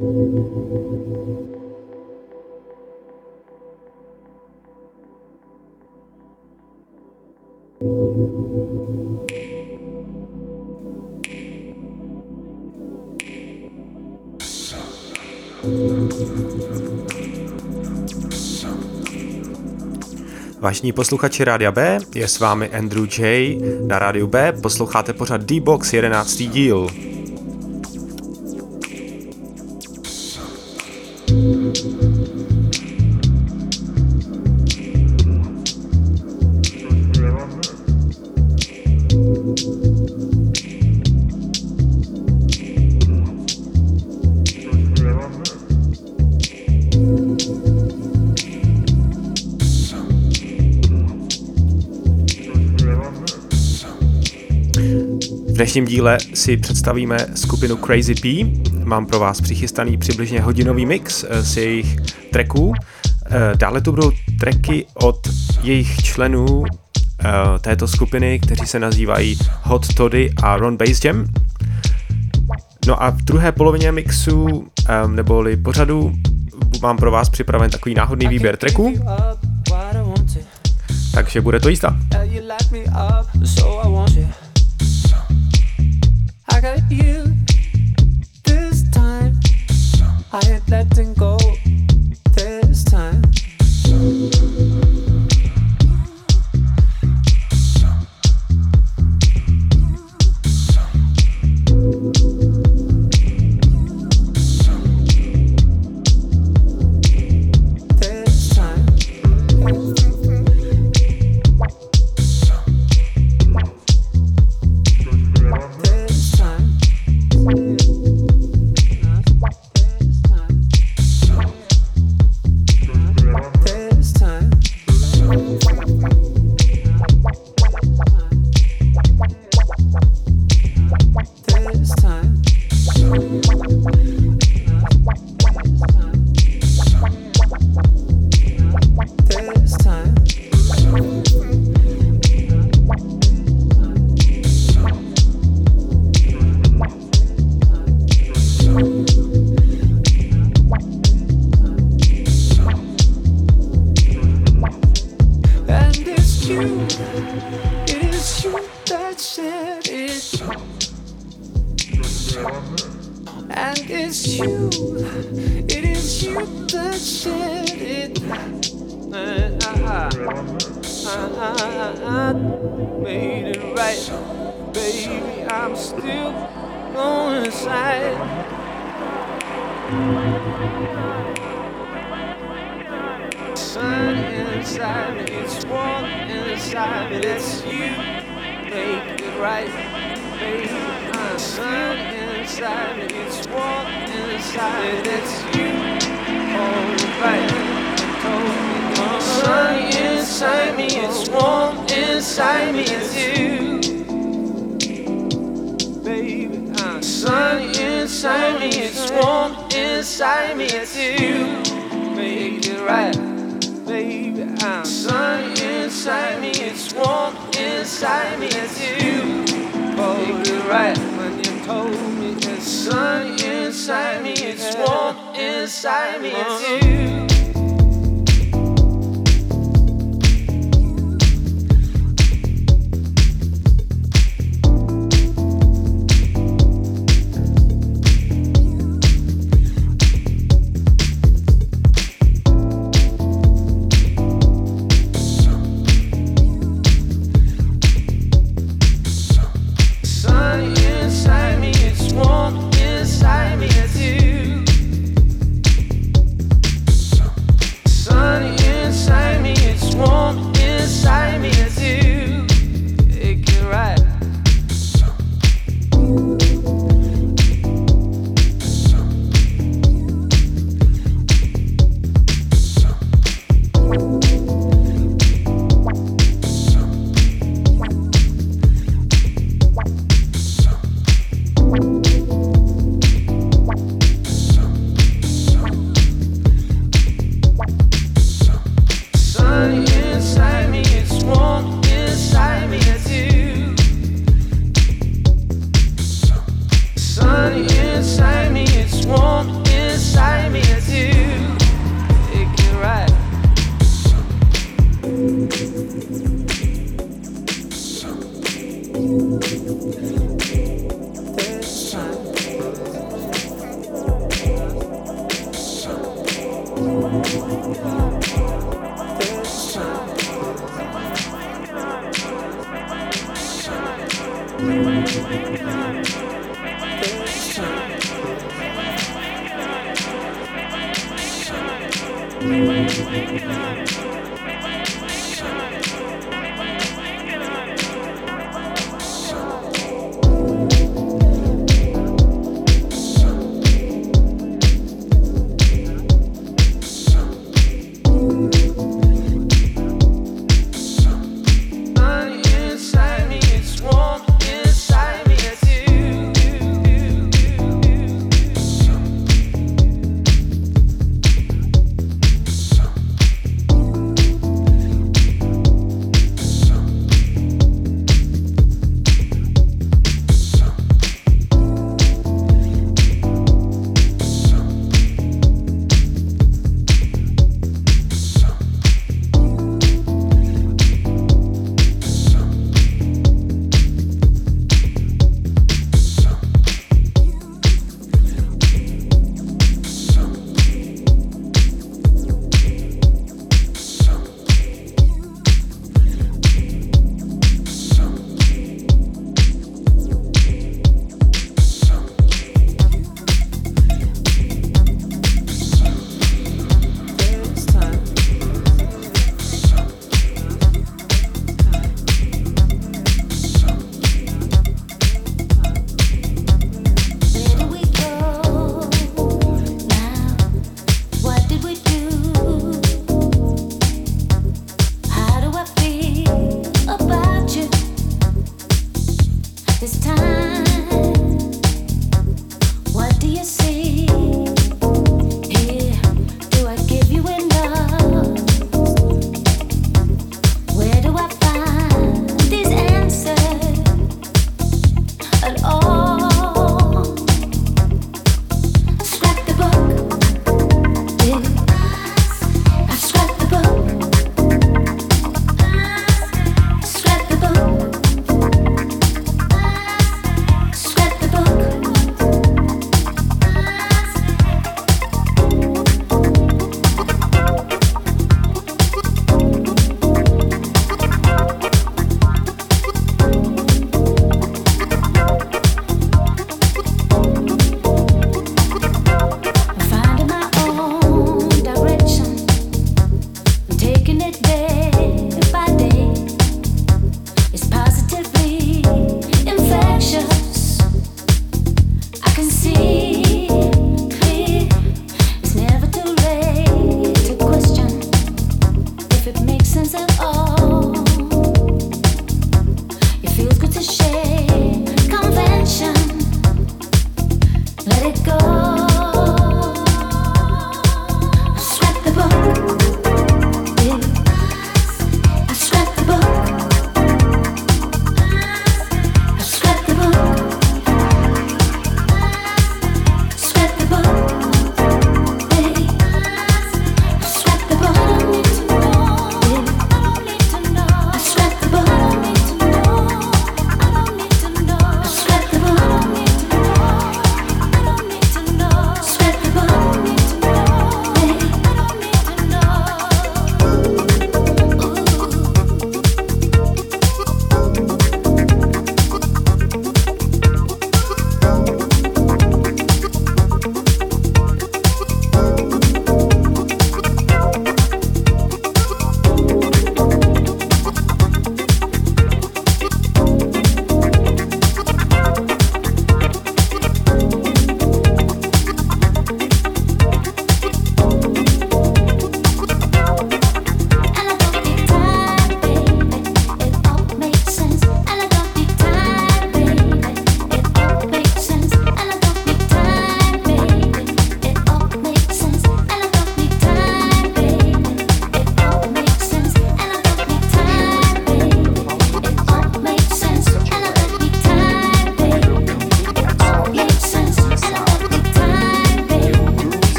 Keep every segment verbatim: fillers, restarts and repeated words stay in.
Vážení posluchači Rádia B, je s vámi Andrew J. Na Rádiu B posloucháte pořad D-Box jedenáctý díl. V dnešním díle si představíme skupinu Crazy P. Mám pro vás přichystaný přibližně hodinový mix z jejich tracků. Dále tu budou tracky od jejich členů této skupiny, kteří se nazývají Hot Toddy a Ron Bass Jam. No a v druhé polovině mixu, neboli pořadu, mám pro vás připraven takový náhodný výběr tracků. Takže bude to jízda. I got you this time. I ain't letting go this time. Inside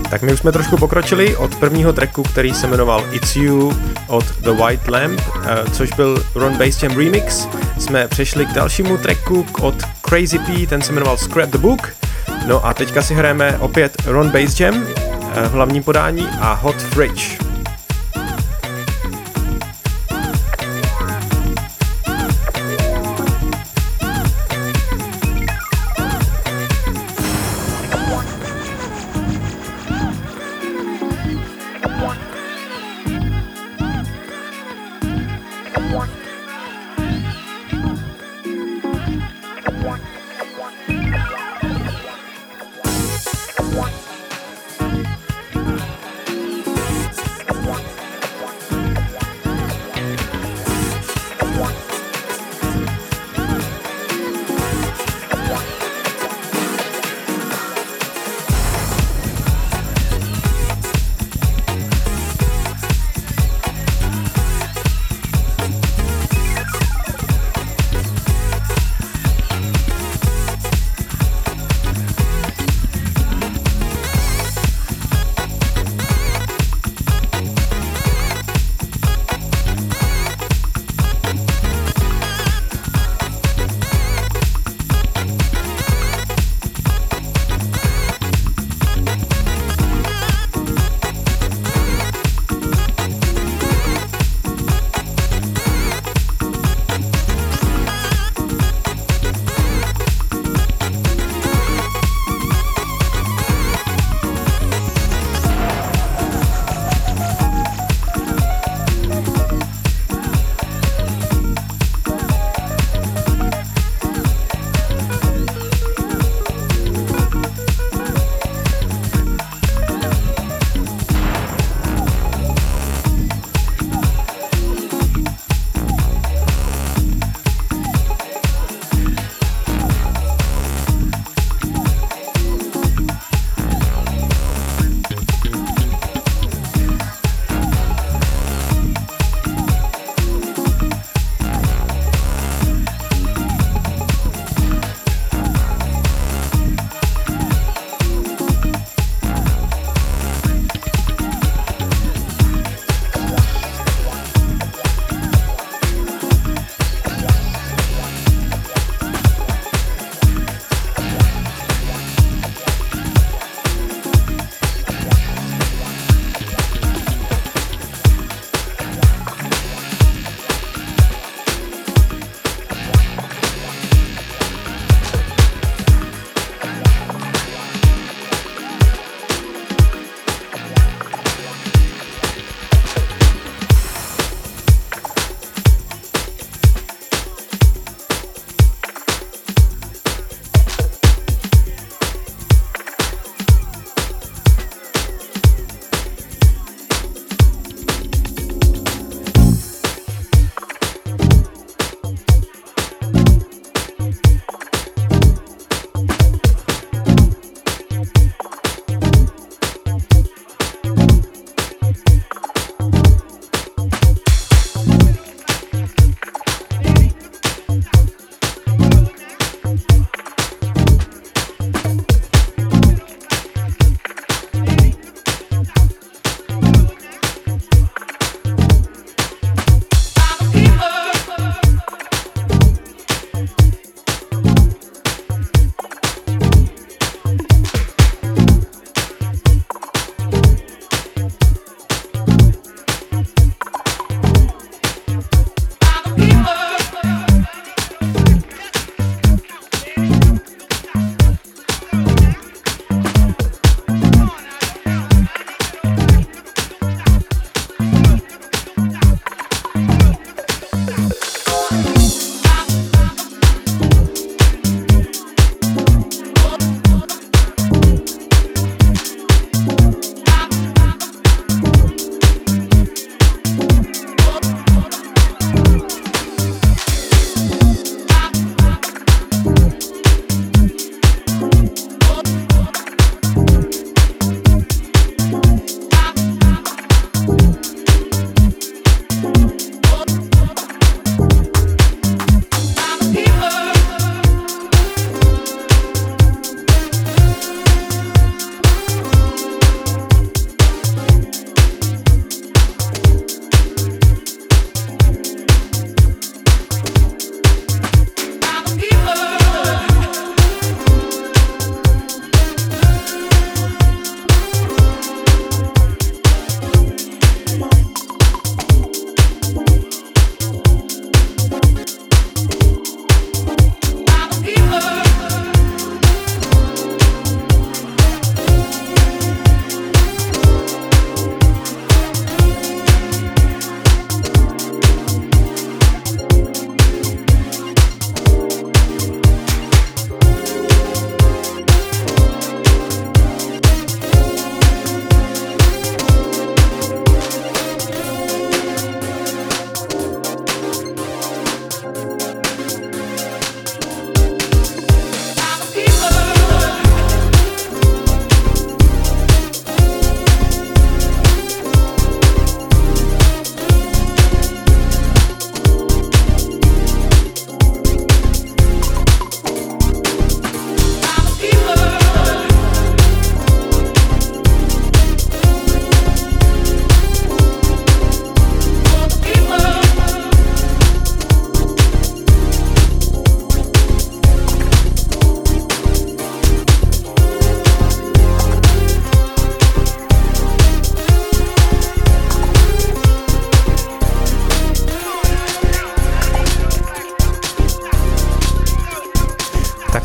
Tak my už jsme trošku pokročili od prvního tracku, který se jmenoval It's You od The White Lamp, což byl Ron Bass Jam remix. Jsme přešli k dalšímu tracku od Crazy P, ten se jmenoval Scrap the Book. No a teďka si hrajeme opět Ron Bass Jam v hlavním podání a Hot Fridge.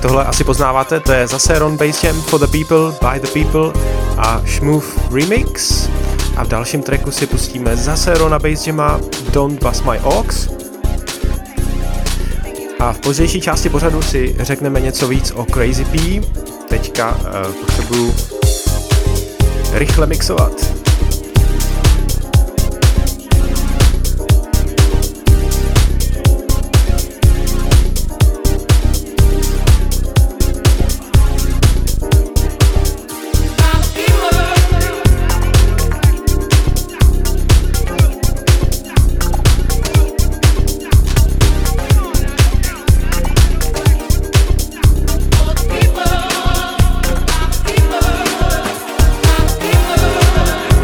Tohle asi poznáváte, to je zase Ron Bass Jam, For the People, By the People a Smooth Remix. A v dalším tracku si pustíme zase Rona Bass Jama, Don't Bust My Aux. A v pozdější části pořadu si řekneme něco víc o Crazy P. Teďka uh, potřebuju rychle mixovat. People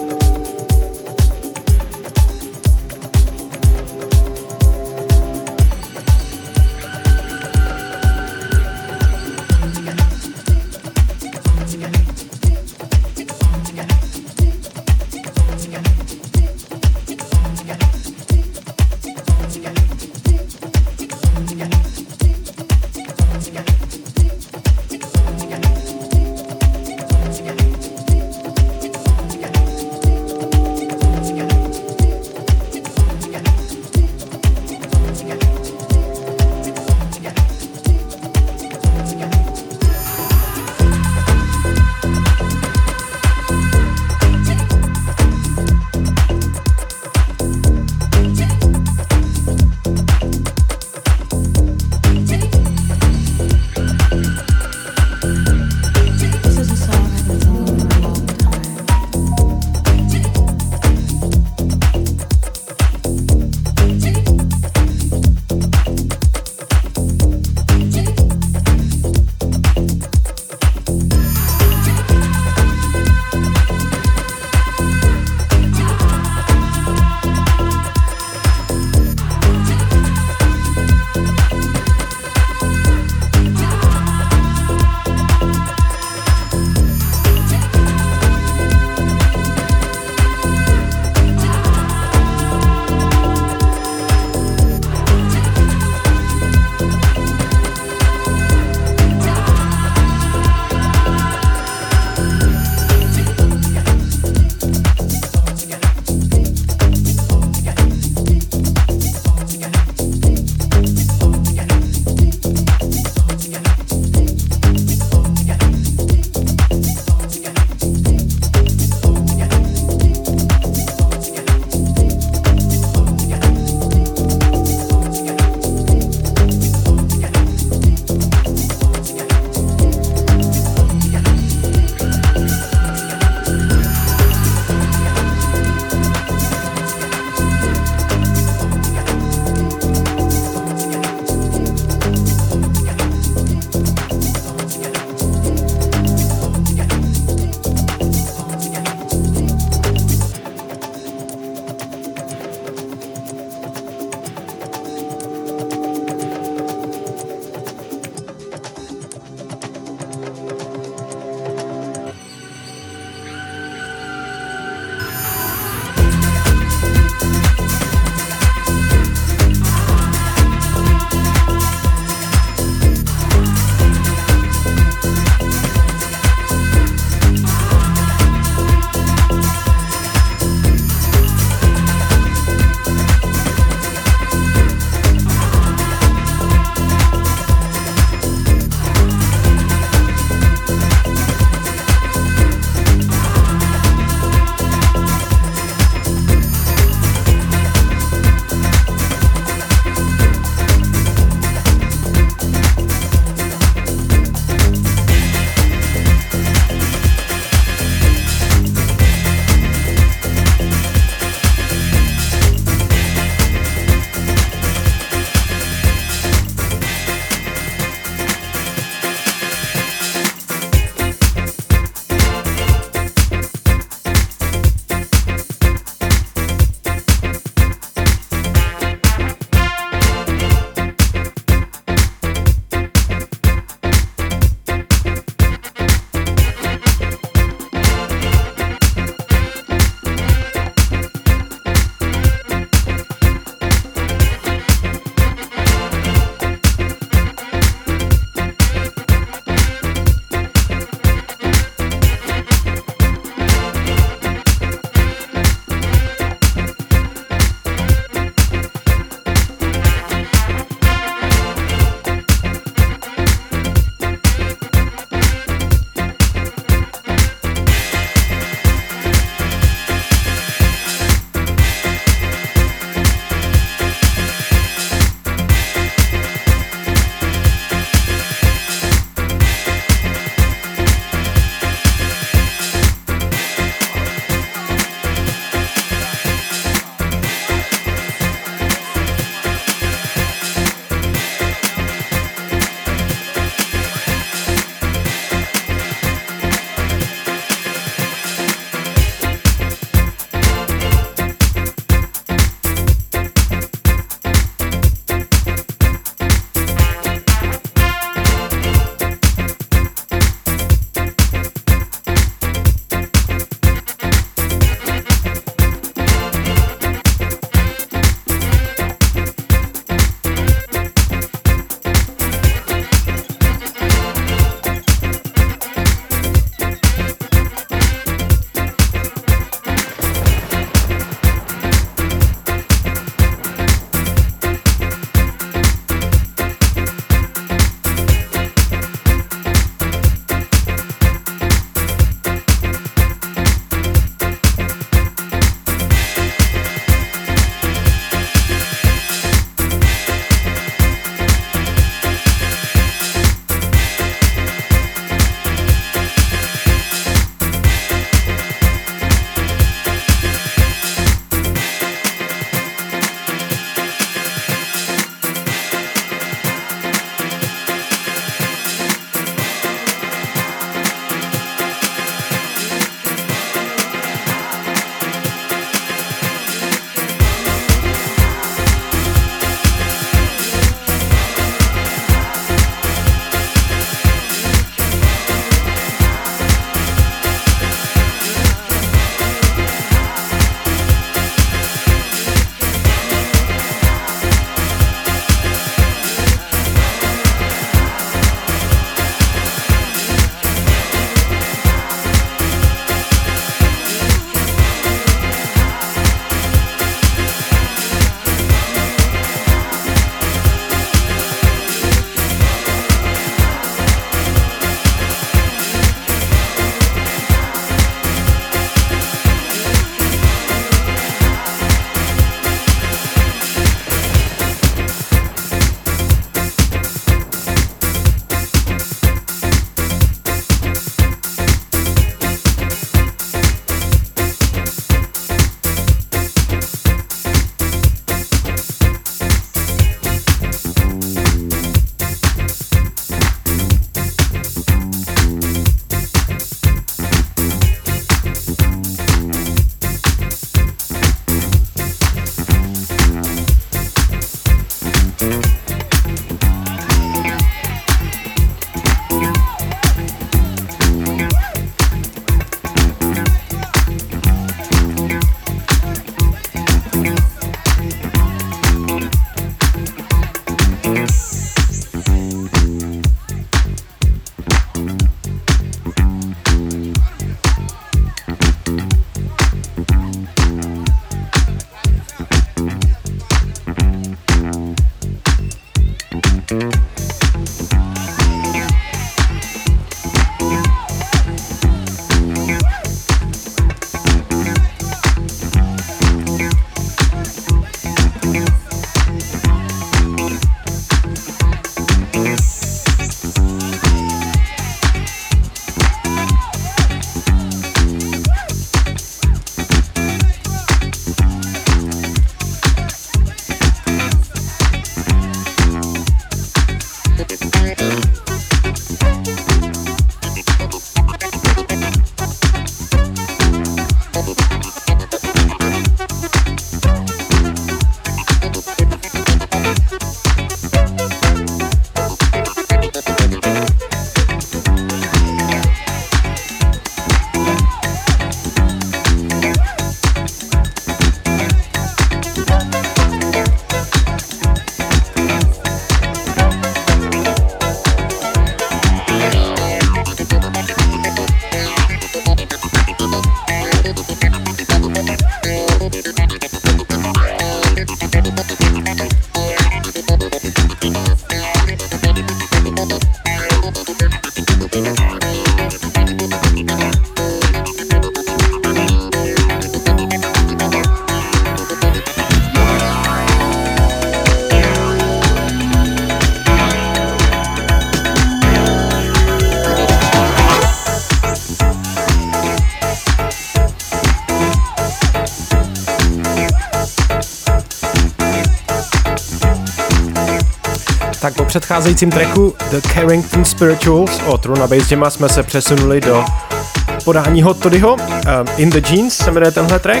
Tak po předcházejícím tracku The Carrington Spirituals od Runa Bass Jama jsme se přesunuli do podání Hot Toddyho. Um, In the Jeans se jmenuje tenhle track.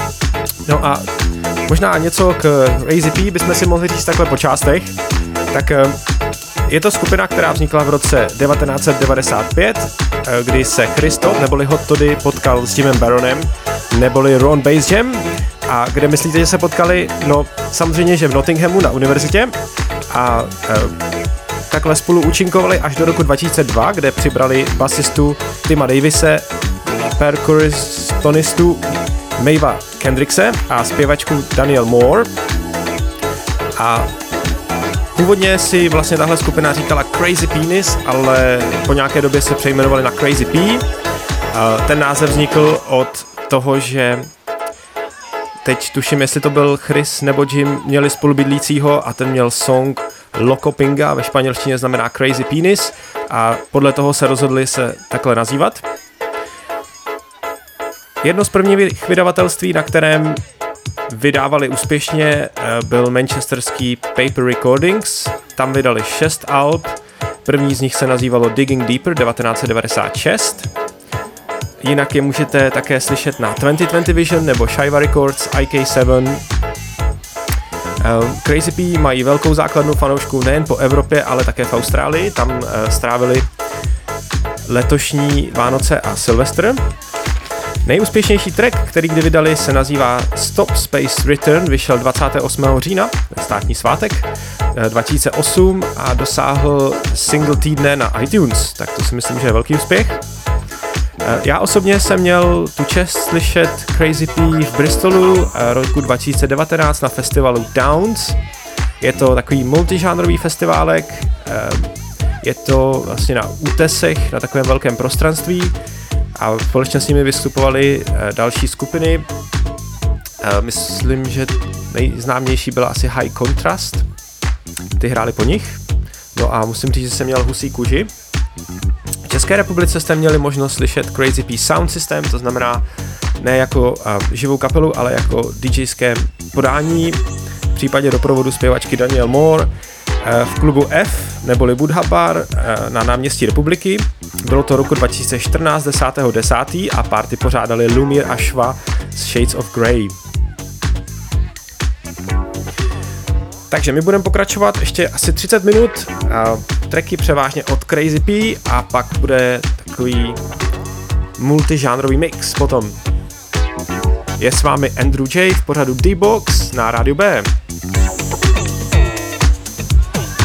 No a možná něco k Crazy P bychom si mohli říct takhle po částech. Tak um, je to skupina, která vznikla v roce devatenáct set devadesát pět, kdy se Christoph neboli Hot Toddy potkal s Jimem Baronem neboli Ron Bass Jam. A kde myslíte, že se potkali? No samozřejmě, že v Nottinghamu na univerzitě. A e, takhle spolu účinkovali až do roku dva tisíce dva, kde přibrali basistu Tima Davise, percussionistu Mayva Kendrickse a zpěvačku Danielle Moore. A původně si vlastně tahle skupina říkala Crazy Penis, ale po nějaké době se přejmenovali na Crazy P. A ten název vznikl od toho, že teď tuším, jestli to byl Chris nebo Jim, měli spolubydlícího a ten měl song Loco Pinga, ve španělštině znamená Crazy Penis a podle toho se rozhodli se takhle nazývat. Jedno z prvních vydavatelství, na kterém vydávali úspěšně, byl manchesterský Paper Recordings. Tam vydali šest alb, první z nich se nazývalo Digging Deeper devatenáct set devadesát šest. Jinak je můžete také slyšet na dvacet dvacet Vision nebo Shiva Records, I K sedm. Uh, Crazy P mají velkou základnu fanoušků nejen po Evropě, ale také v Austrálii. Tam uh, strávili letošní Vánoce a Silvestr. Nejúspěšnější track, který kdy vydali, se nazývá Stop Space Return, vyšel dvacátého osmého října, státní svátek dva tisíce osm a dosáhl single týdne na iTunes, tak to si myslím, že je velký úspěch. Já osobně jsem měl tu čest slyšet Crazy P v Bristolu roku dva tisíce devatenáct na festivalu Downs. Je to takový multižánrový festiválek, je to vlastně na útesech, na takovém velkém prostranství a společně s nimi vystupovaly další skupiny. Myslím, že nejznámější byla asi High Contrast, ty hráli po nich. No a musím říct, že jsem měl husí kůži. V České republice jste měli možnost slyšet Crazy P Sound System, to znamená ne jako uh, živou kapelu, ale jako DJské podání, v případě doprovodu zpěvačky Danielle Moore uh, v klubu F neboli Buddha Bar uh, na náměstí Republiky. Bylo to roku dva tisíce čtrnáct, desátého desátého a party pořádali Lumír a Šva z Shades of Grey. Takže my budeme pokračovat ještě asi třicet minut, uh, tracky převážně od Crazy P a pak bude takový multižánrový mix potom. Je s vámi Andrew J v pořadu D-Box na Rádiu B.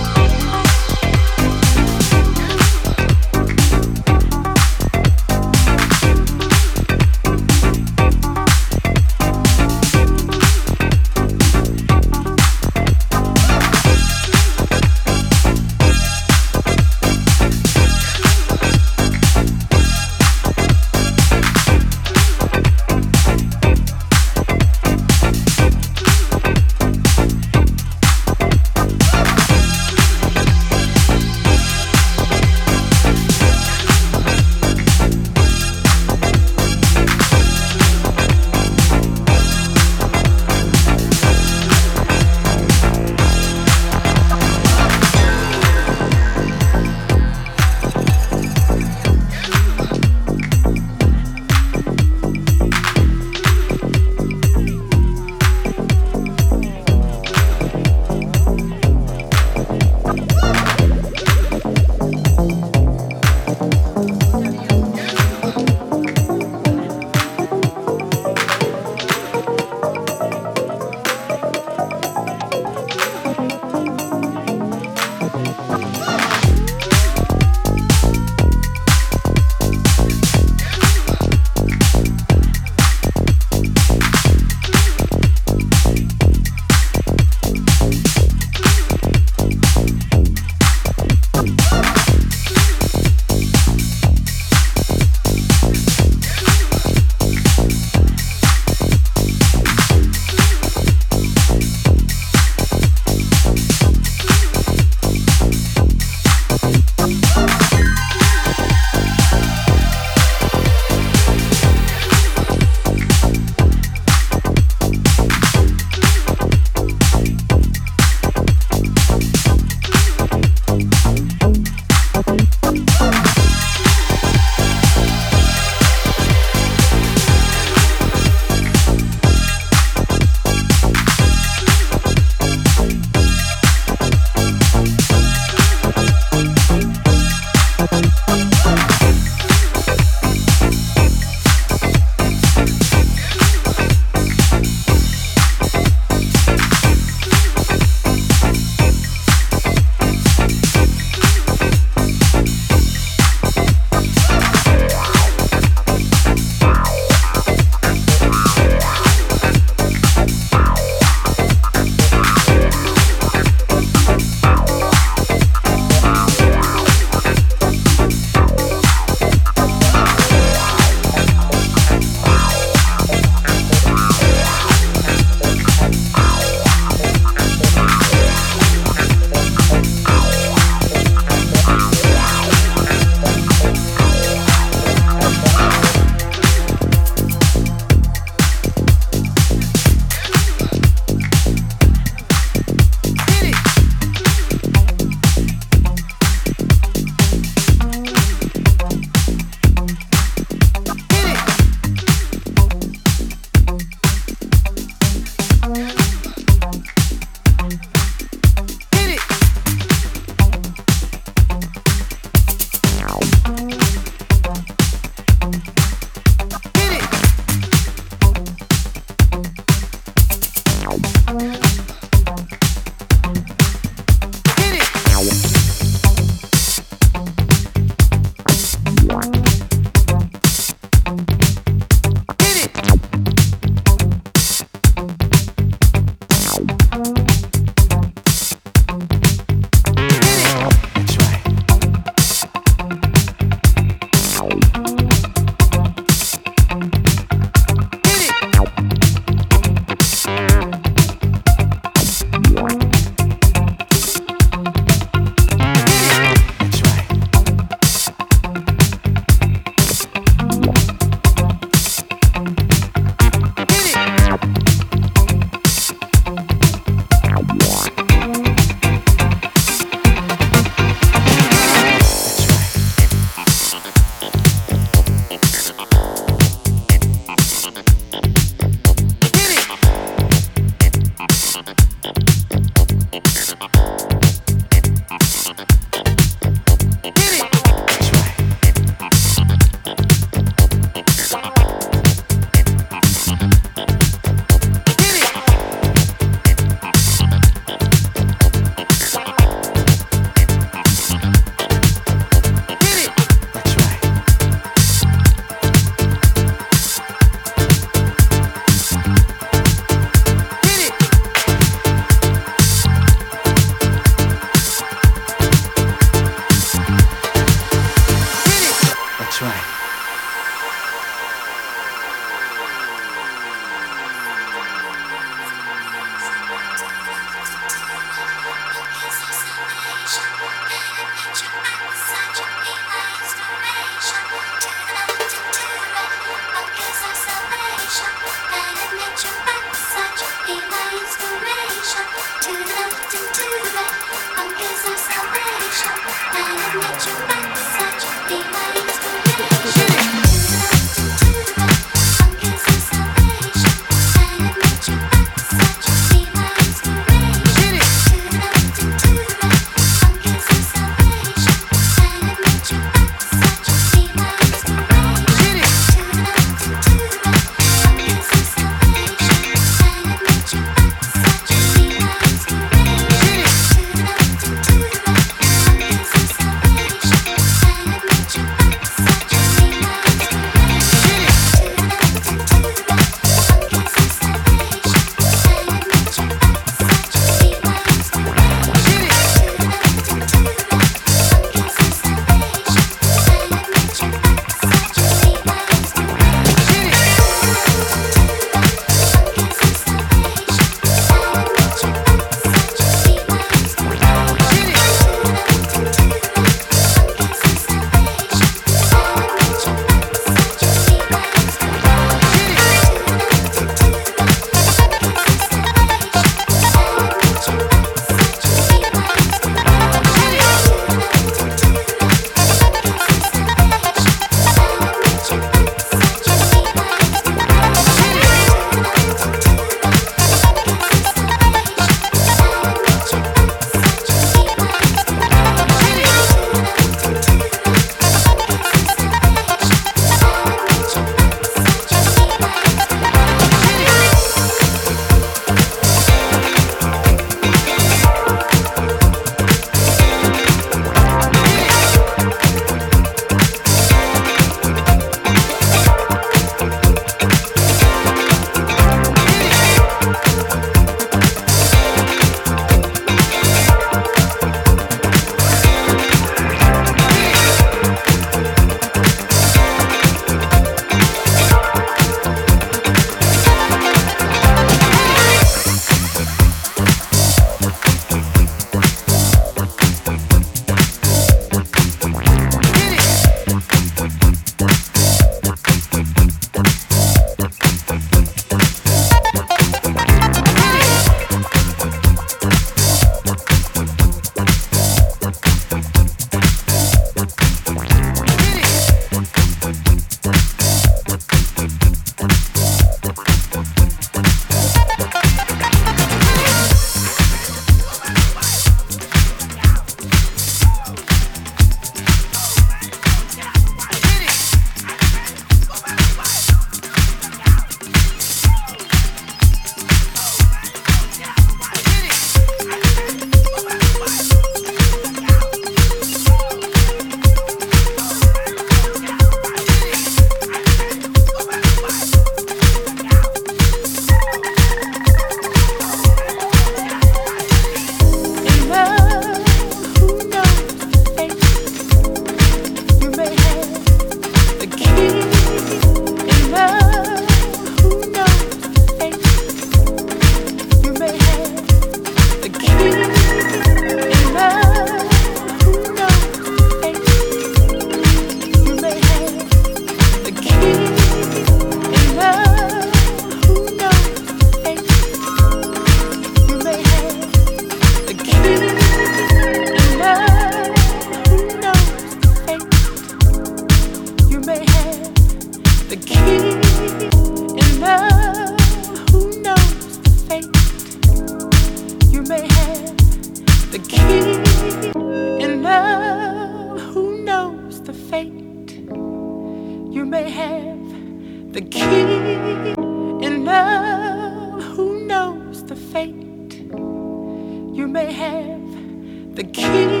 may have the key.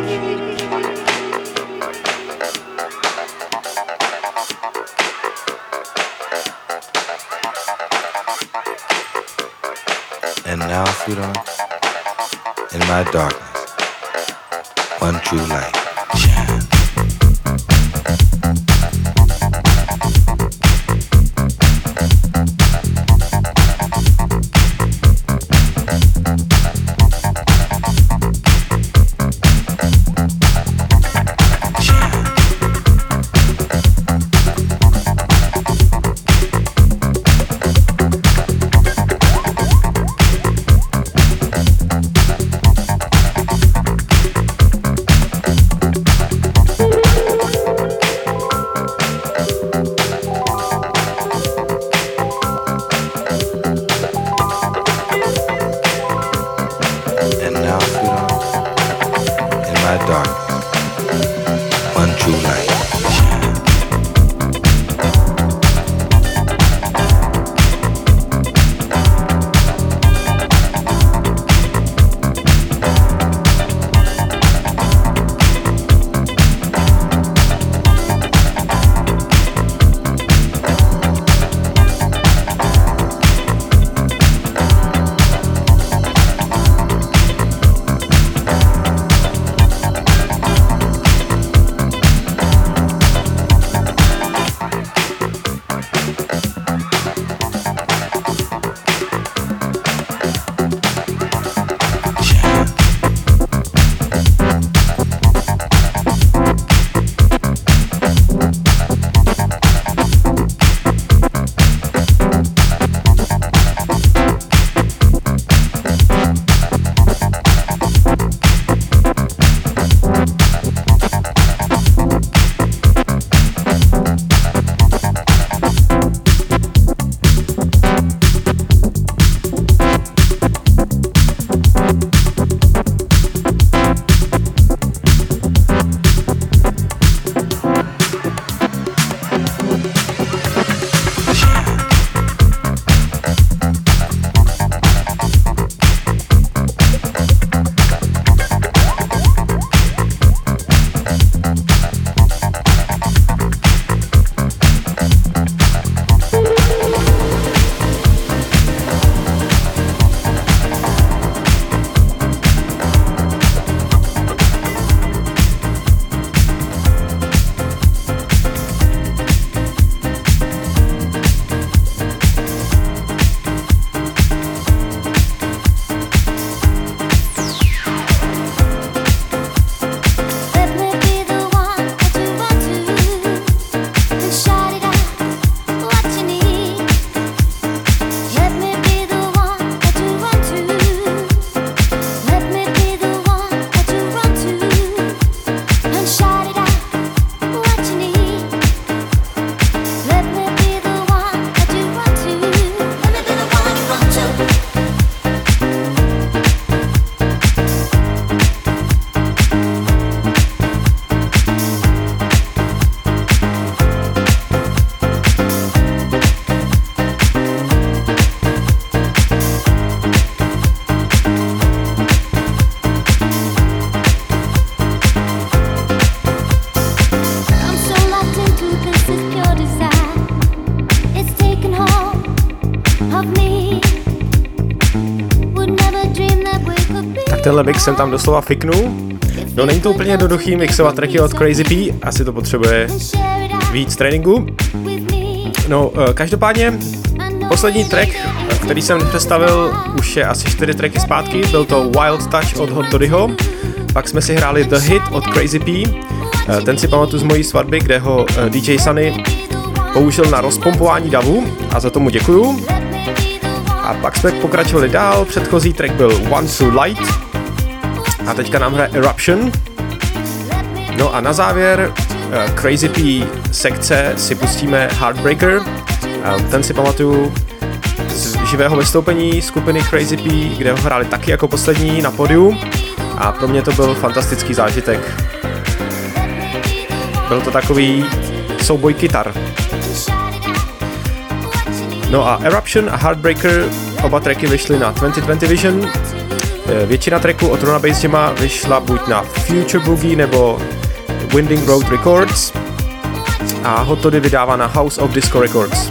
And now, sweetheart, in my darkness, one true light shines. Tenhle mix jsem tam doslova fiknul. No není to úplně jednoduchý mixovat tracky od Crazy P, asi to potřebuje víc tréninku. No, každopádně poslední track, který jsem představil, už je asi čtyři tracky zpátky, byl to Wild Touch od Hot Doddyho, pak jsme si hráli The Hit od Crazy P, ten si pamatuju z mojí svatby, kde ho D J Sunny použil na rozpompování davu a za tomu děkuju. A pak jsme pokračovali dál, předchozí track byl One True Light a teďka nám hraje Eruption. No a na závěr uh, Crazy P sekce si pustíme Heartbreaker, uh, ten si pamatuju z živého vystoupení skupiny Crazy P, kde ho hráli taky jako poslední na pódiu a pro mě to byl fantastický zážitek. Byl to takový souboj kytar. No a Eruption a Heartbreaker, oba tracky vyšly na dvacet dvacet Vision. Většina tracků od Rona Bass Jama vyšla buď na Future Boogie nebo Winding Road Records a Hot Toddy vydává na House of Disco Records.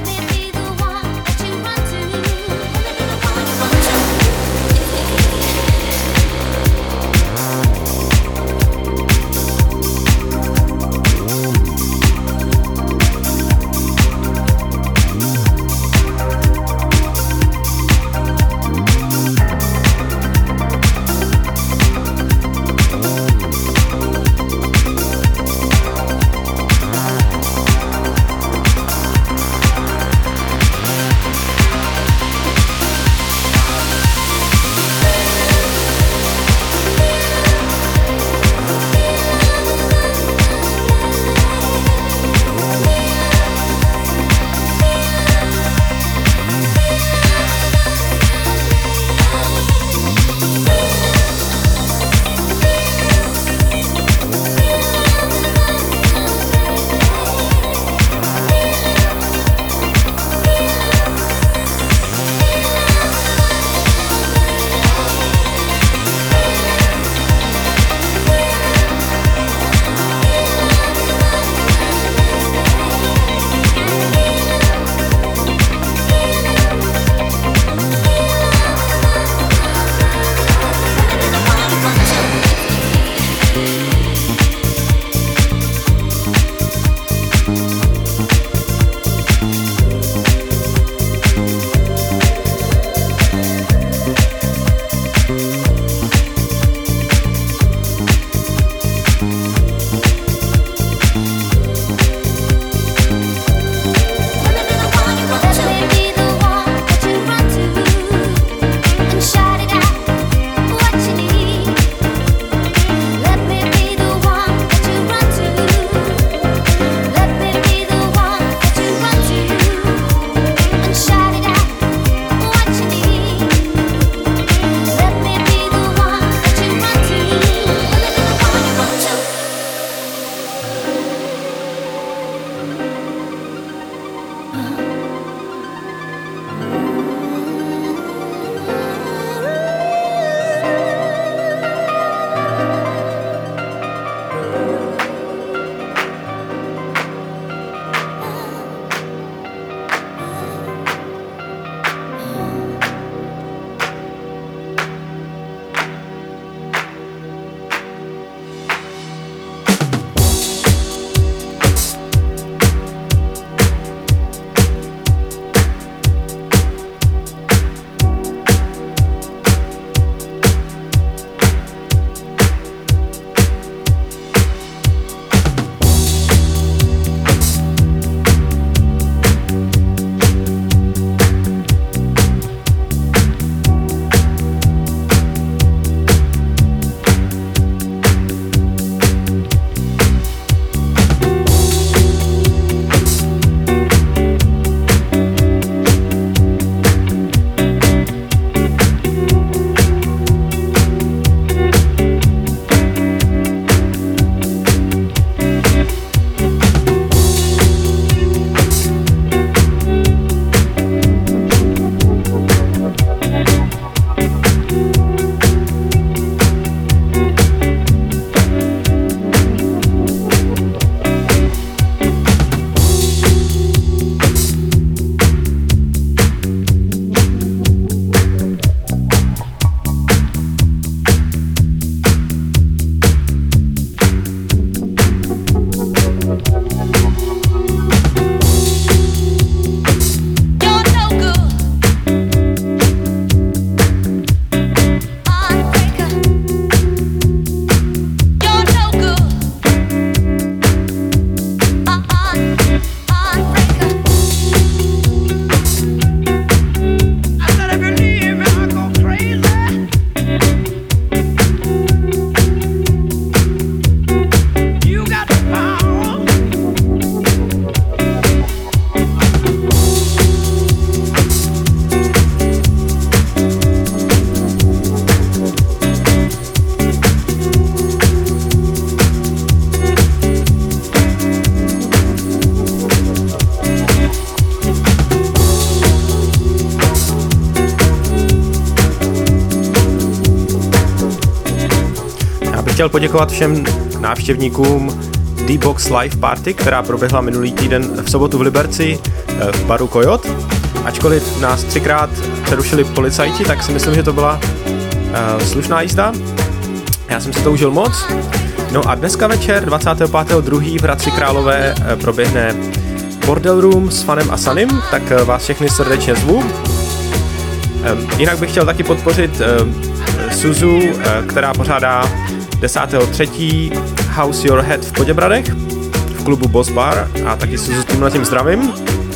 chtěl poděkovat všem návštěvníkům D-Box Live Party, která proběhla minulý týden v sobotu v Liberci v baru Coyote. Ačkoliv nás třikrát přerušili policajti, tak si myslím, že to byla uh, slušná jízda. Já jsem si to užil moc. No a dneska večer dvacátého pátého druhého v Hradci Králové uh, proběhne Bordel Room s Fanem a Sanim, tak uh, vás všechny srdečně zvu. Um, jinak bych chtěl taky podpořit uh, Suzu, uh, která pořádá desátého třetího House Your Head v Poděbradech v klubu Boss Bar a taky Suzu s tímhletím zdravím.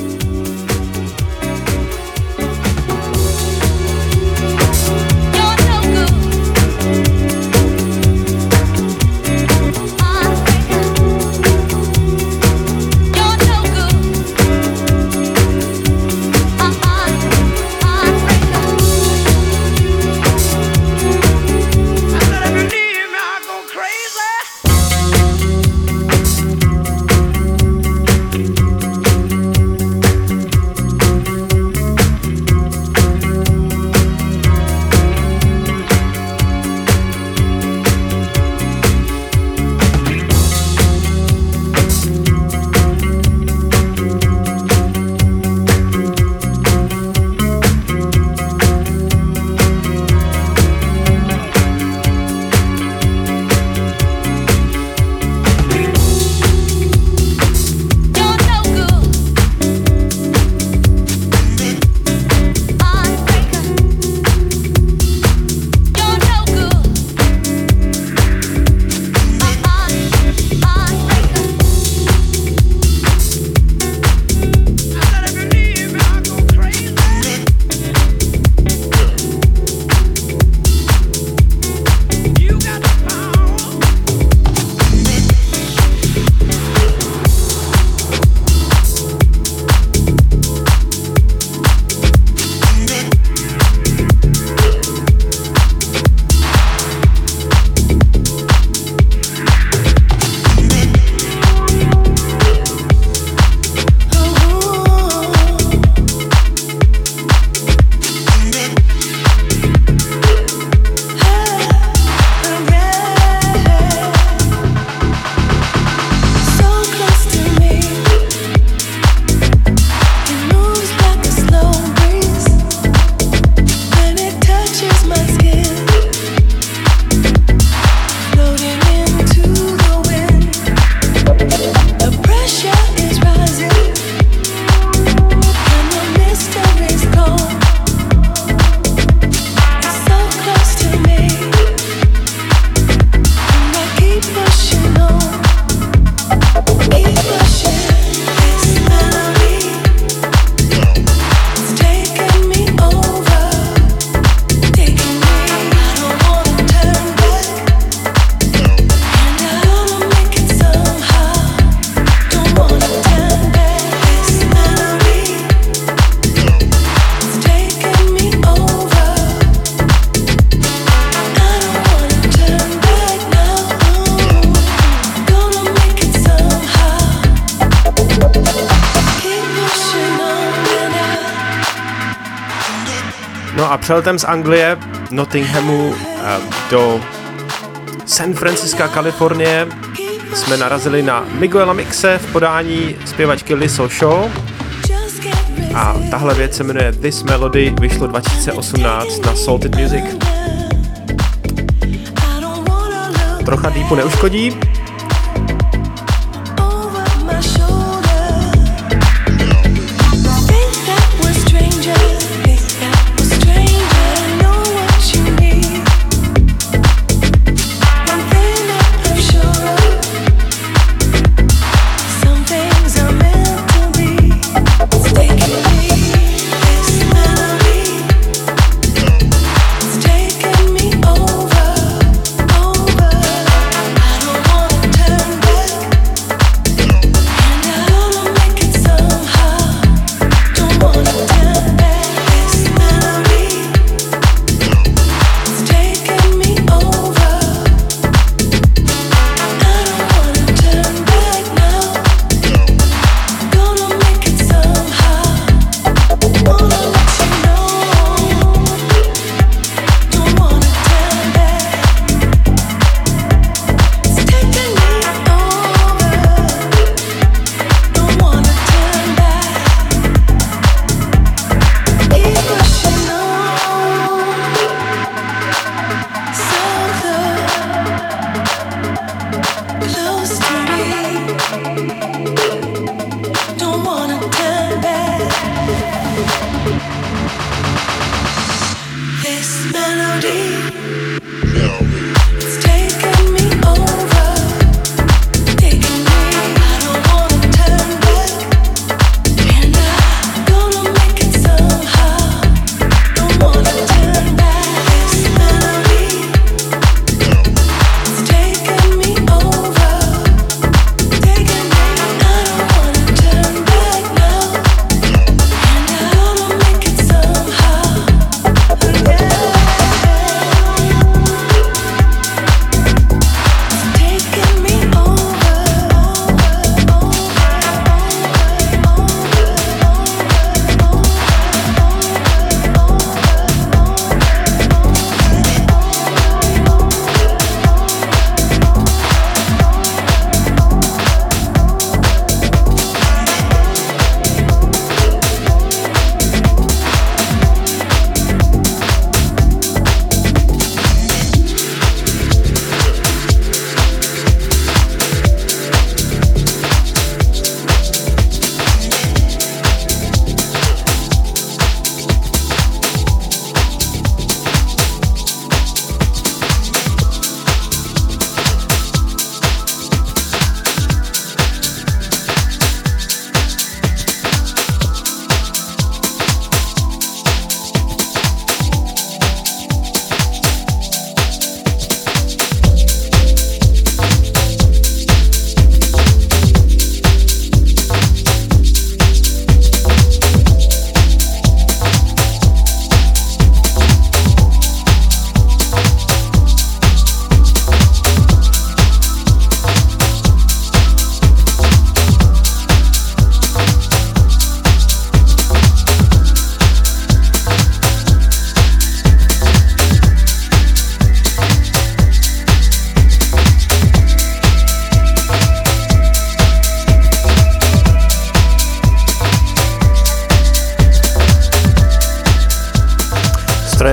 No a přeletem z Anglie, Nottinghamu do San Francisca, Kalifornie jsme narazili na Miguela Mixe v podání zpěvačky Lizzo Shaw a tahle věc se jmenuje This Melody, vyšlo dva tisíce osmnáct na Salted Music. Trocha deepu neuškodí. Over, over. I don't wanna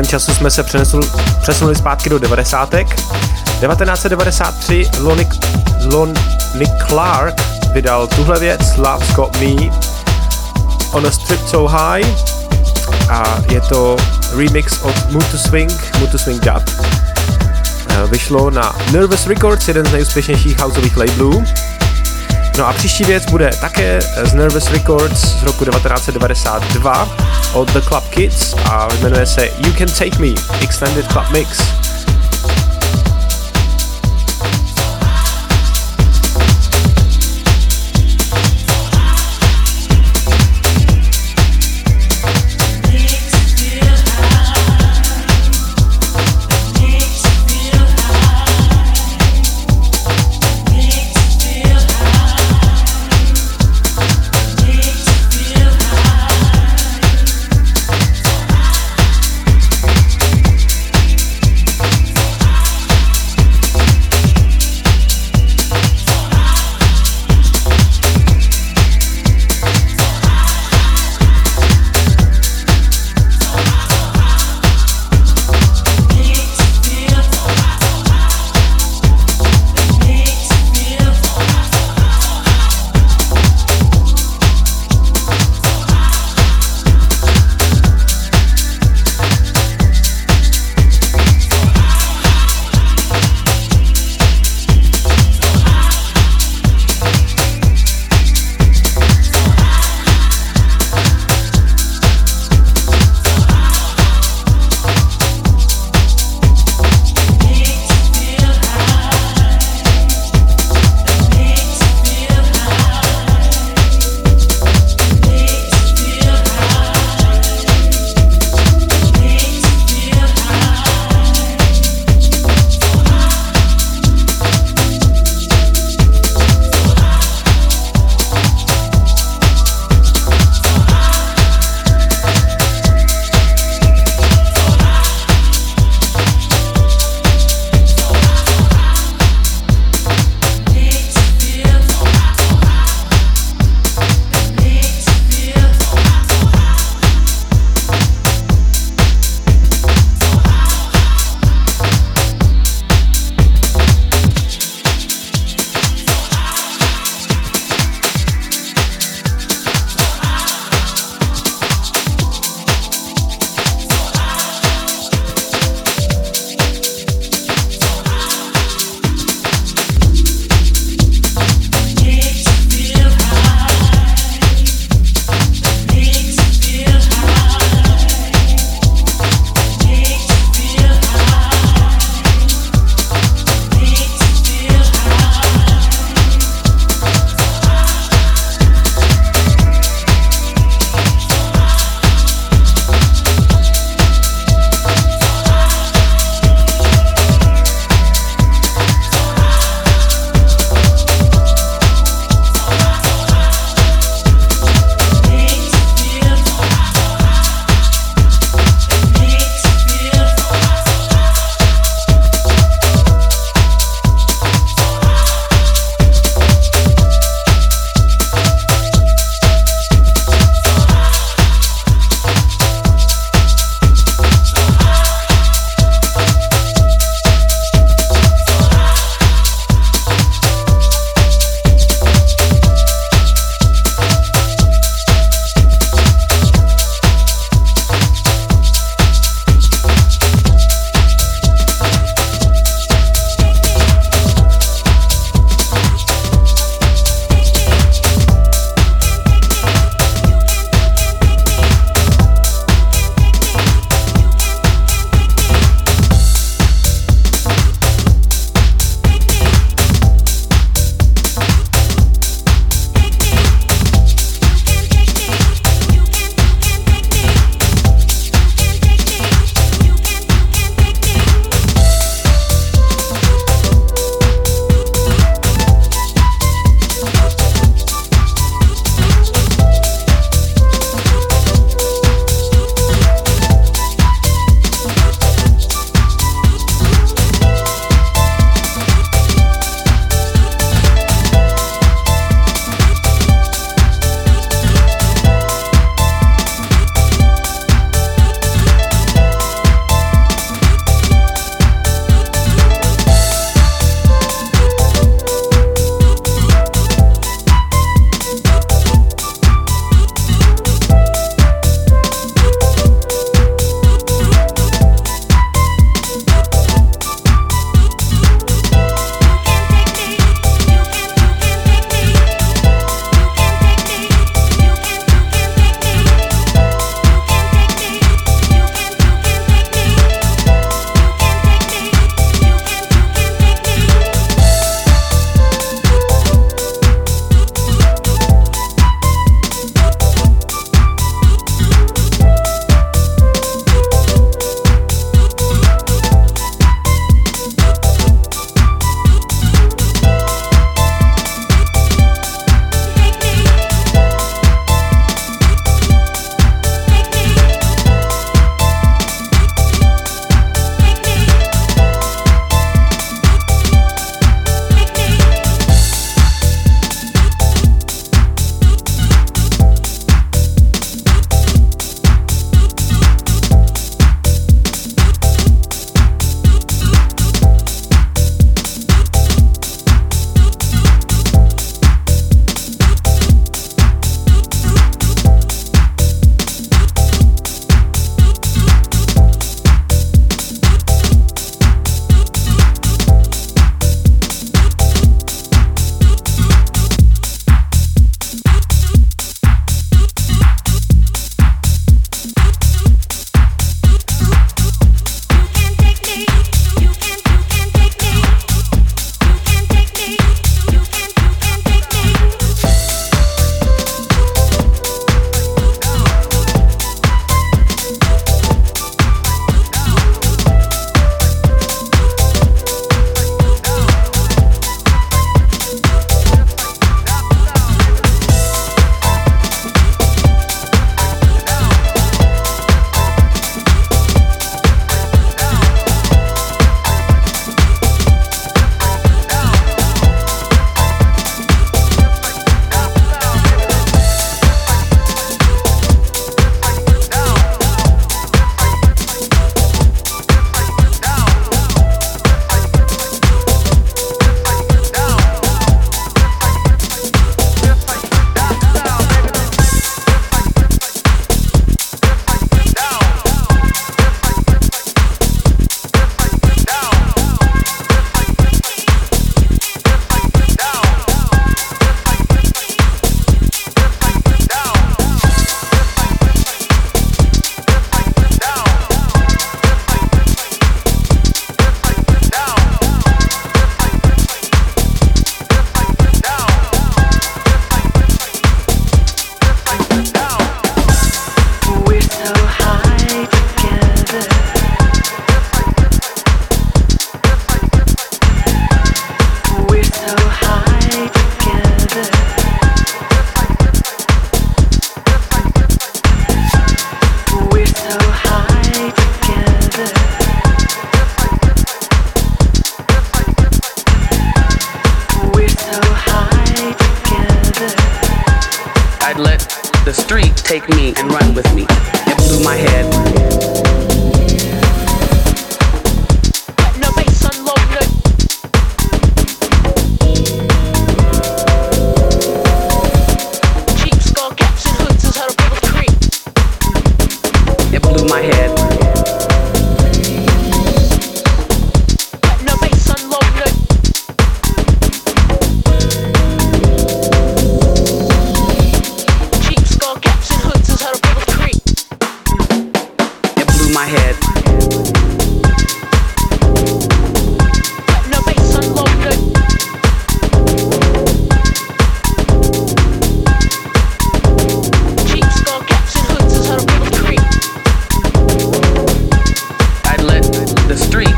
času jsme se přenesli, přesunuli zpátky do devadesátek. devatenáct set devadesát tři Lonnie, Lonnie Clark vydal tuhle věc Love's Got Me On a Strip So High a je to remix od Mood to Swing, Mood to Swing Dub. Vyšlo na Nervous Records, jeden z nejúspěšnějších houseových labelů. No a příští věc bude také z Nervous Records z roku devatenáct set devadesát dva od The Club Kids a jmenuje se You Can Take Me Extended Club Mix.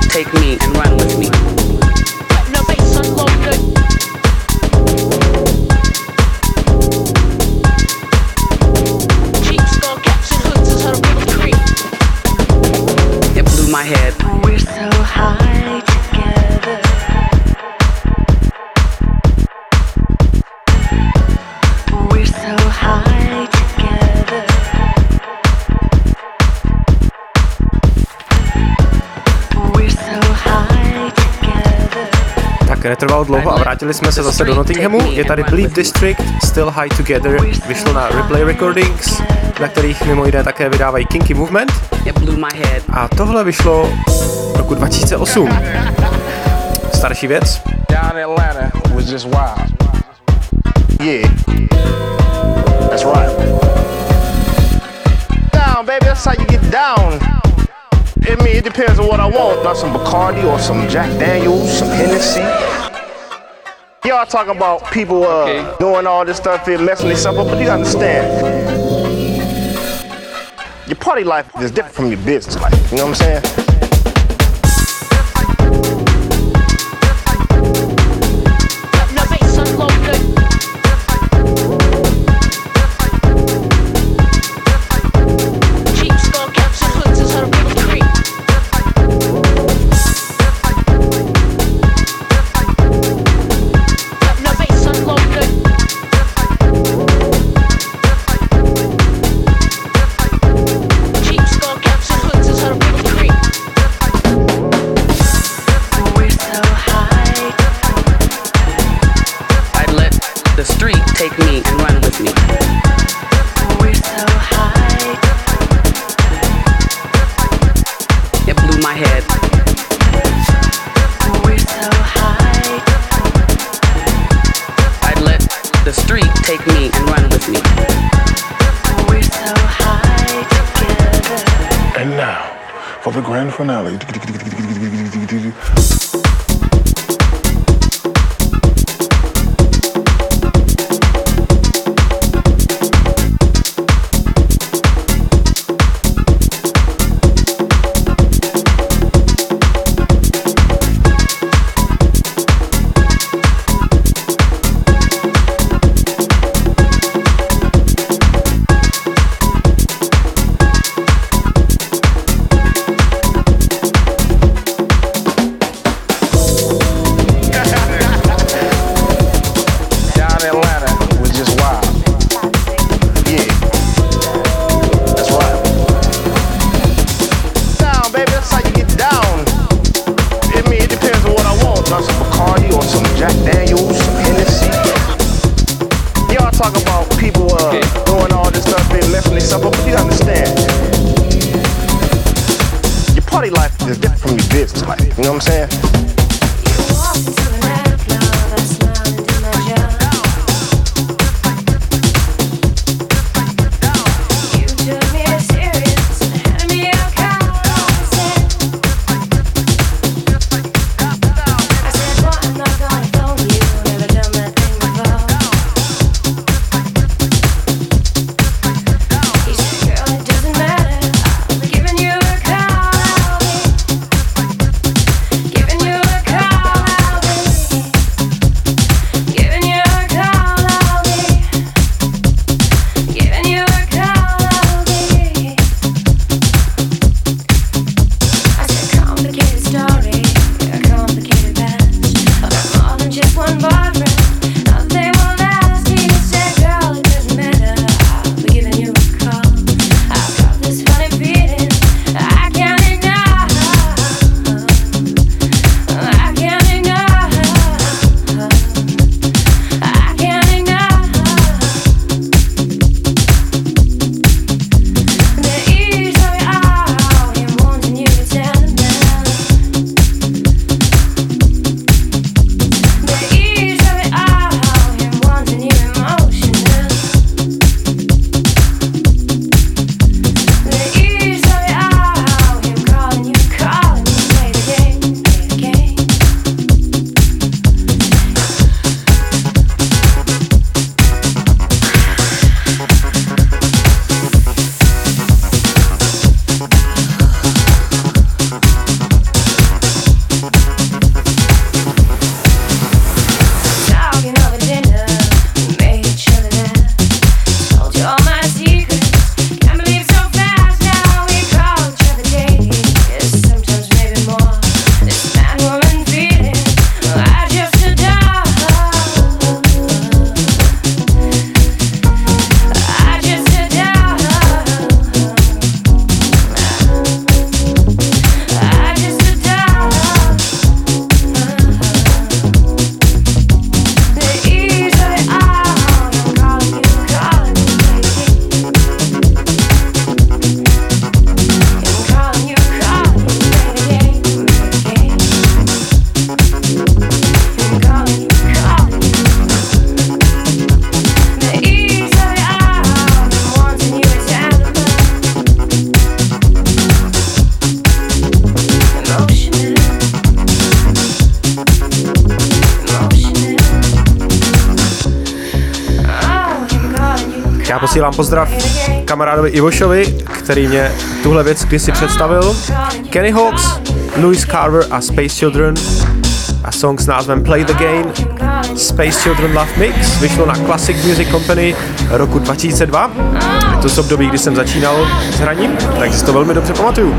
take me and run with me. No bass unloaded. Cheap skull caps and hoods is how to really creep. It blew my head. We're so high together. We're so high together. We're so high together. Tak netrvalo dlouho a vrátili jsme se zase do Nottinghamu. Je tady Bleed District, Still High Together, vyšlo na Replay Recordings, na kterých mimo jiné také vydávají Kinky Movement. A tohle vyšlo roku dva tisíce osm. Starší věc. Down in Atlanta was just wild. Yeah, that's right. Down, baby, that's how you get down. I mean, it depends on what I want. Not some Bacardi or some Jack Daniels, some Hennessy. Y'all talking about people uh, okay. doing all this stuff here, messing themselves up, but you gotta understand. Your party life is different from your business life. You know what I'm saying? Take me and run with me. We're so high. It blew my head. We're so high. I'd let the street take me and run with me. We're so high together. And now, for the grand finale. Giving you a posílám pozdrav kamarádovi Ivošovi, který mě tuhle věc kdysi představil. Kenny Hawks, Louis Carver a Space Children a song s názvem Play the Game. Space Children Love Mix vyšlo na Classic Music Company roku dva tisíce dva. Je to z období, kdy jsem začínal s hraním, takže si to velmi dobře pamatuju.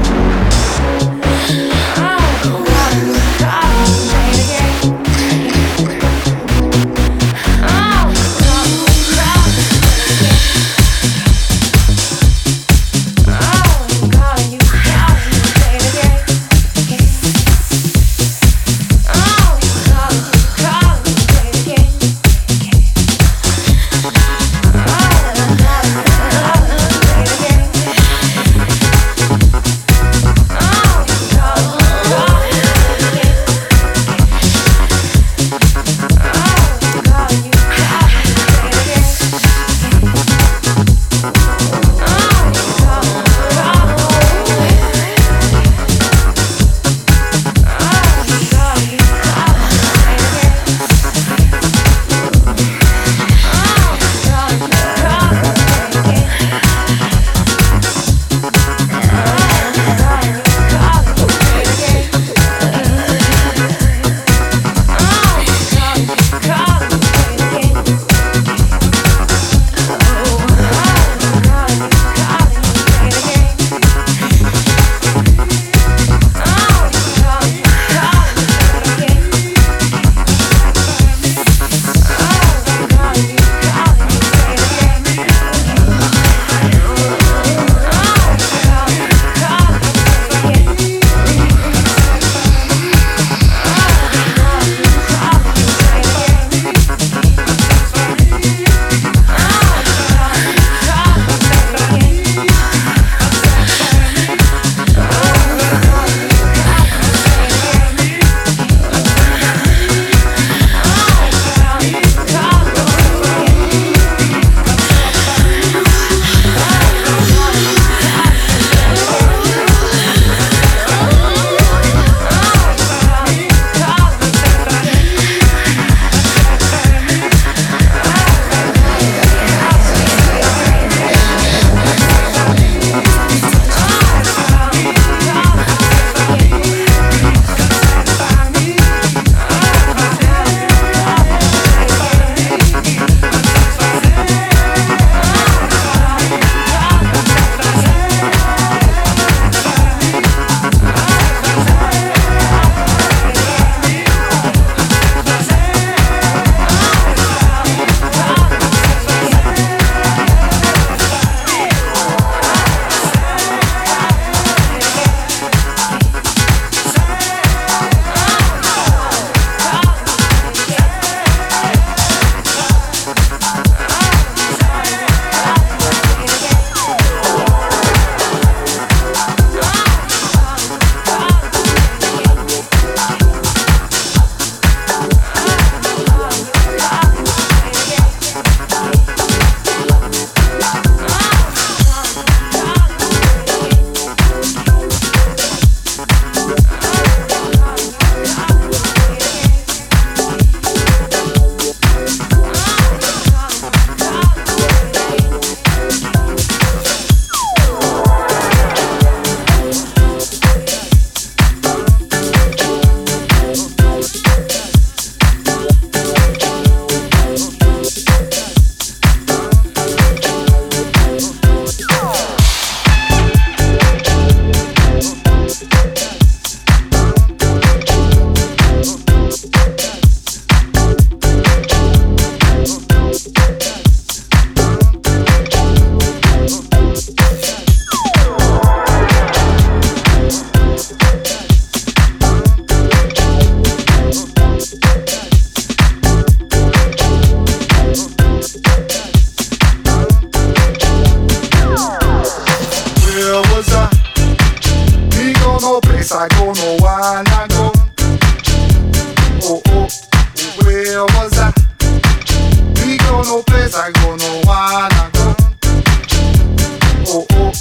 I go, no one I go. Oh, oh, where was I? We go no place, I go, no one I go. Oh, oh,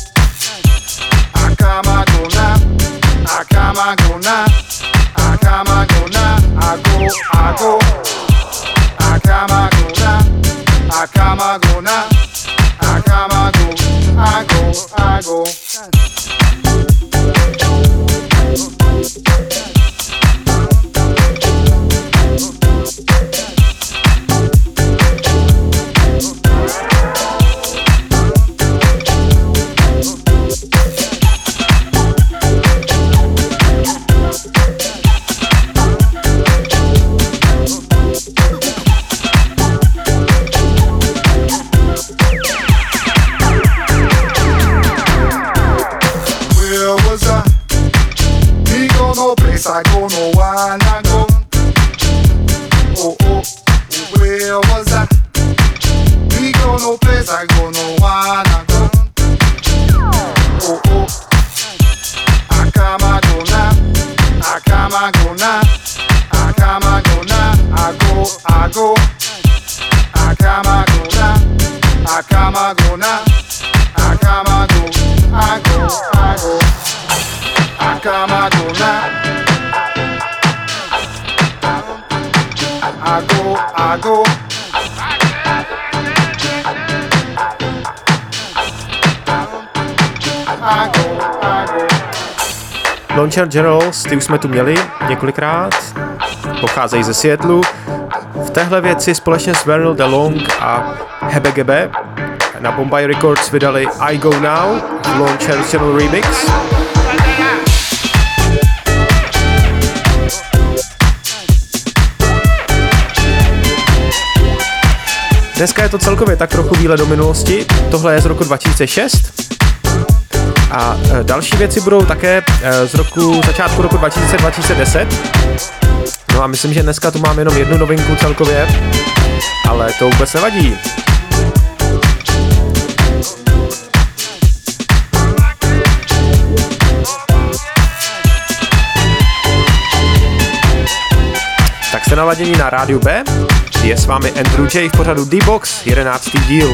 I come, I go now. I come, I go now. I come, I go now. I go, I go. I come, I go now. I come, I go now. I I go, I go. I go no one I go. Oh oh, where was I? We go no place I go no one I go. Oh oh, I come I go now, I come I go now, I come I go now, I go I go, I come I go now, I come I go now, I come I go, I go I go, I come I go now. I go, I go. I go, I go. Launcher Generals, ty už jsme tu měli několikrát, pocházejí ze Seattlu. V téhle věci společně s Vernal DeLong a Hebe Gebe na Bombay Records vydali I Go Now, Launcher General Remix. Dneska je to celkově tak trochu výlet do minulosti, tohle je z roku dva tisíce šest a další věci budou také z roku, začátku roku dva tisíce, dva tisíce deset. No a myslím, že dneska tu mám jenom jednu novinku celkově, ale to vůbec nevadí. Tak jste naladění na Rádiu B, je s vámi Andrew J v pořadu D-Box, jedenáctý díl.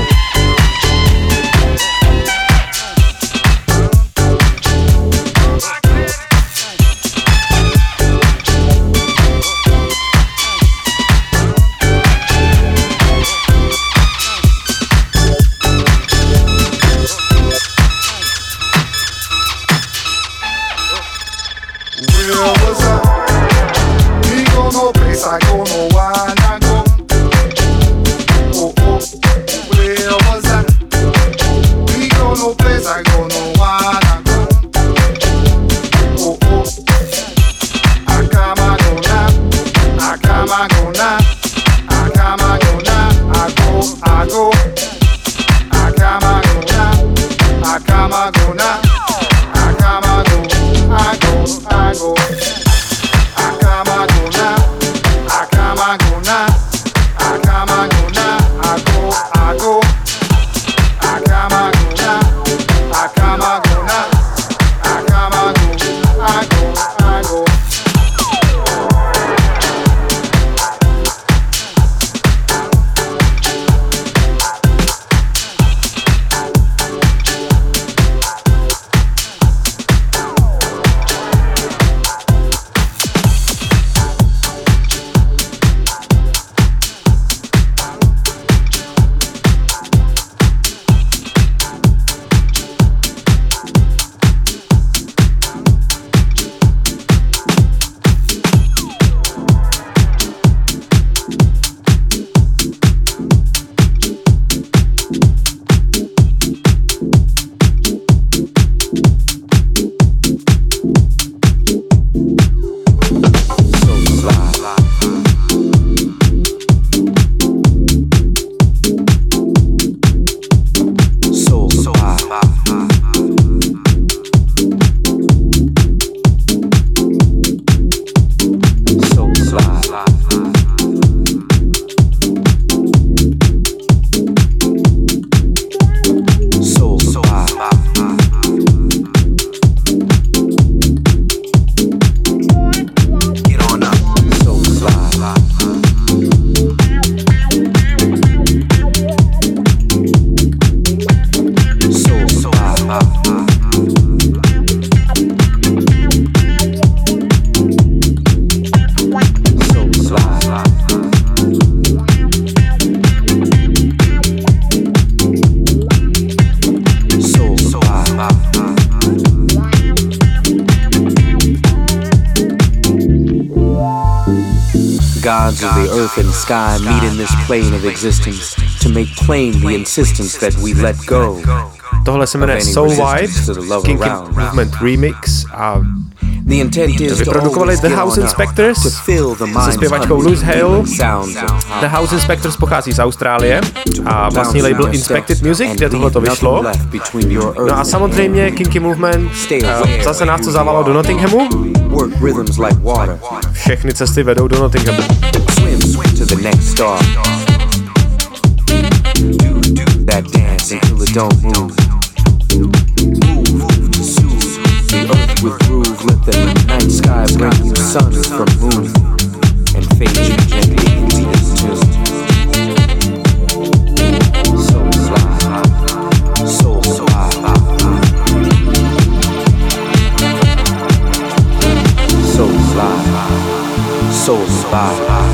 I go no one I go. Oh oh, where was I? We go no place I go no one I go. Oh oh, I come I go now, I come I go now, I come I go now, I go I go, I come I go now, I come I go now, I come I go, I go I go, I come I go now. I go now, I come I go now, I go, I go, I come I go now, I come I go now, I come I go, I go, I go. gods of the earth and sky meet in this plane of existence to make plain the insistence that we let go. Tohle se jmenuje Soul Vibe, Kinky Movement Remix a vyprodukovali The House Inspectors se zpěvačkou Luz Hale. The House Inspectors pochází z Austrálie a vlastní label Inspected Music, kde tohleto vyšlo. No a samozřejmě Kinky Movement uh, zase nás to zavalo do Nottinghamu. Všechny cesty vedou do Nottinghamu. That dance until it don't move. Move to soothe the earth with groove. Let the night sky bring you sun from moon and fade you gently into this tune. Soul slide, soul slide, soul slide, soul slide.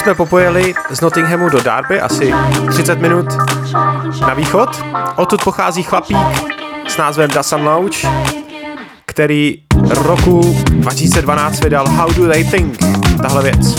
jsme popojeli z Nottinghamu do Derby, asi třicet minut na východ. Odtud pochází chlapík s názvem Dasan Louch, který roku dva tisíce dvanáct vydal How Do They Think, tahle věc.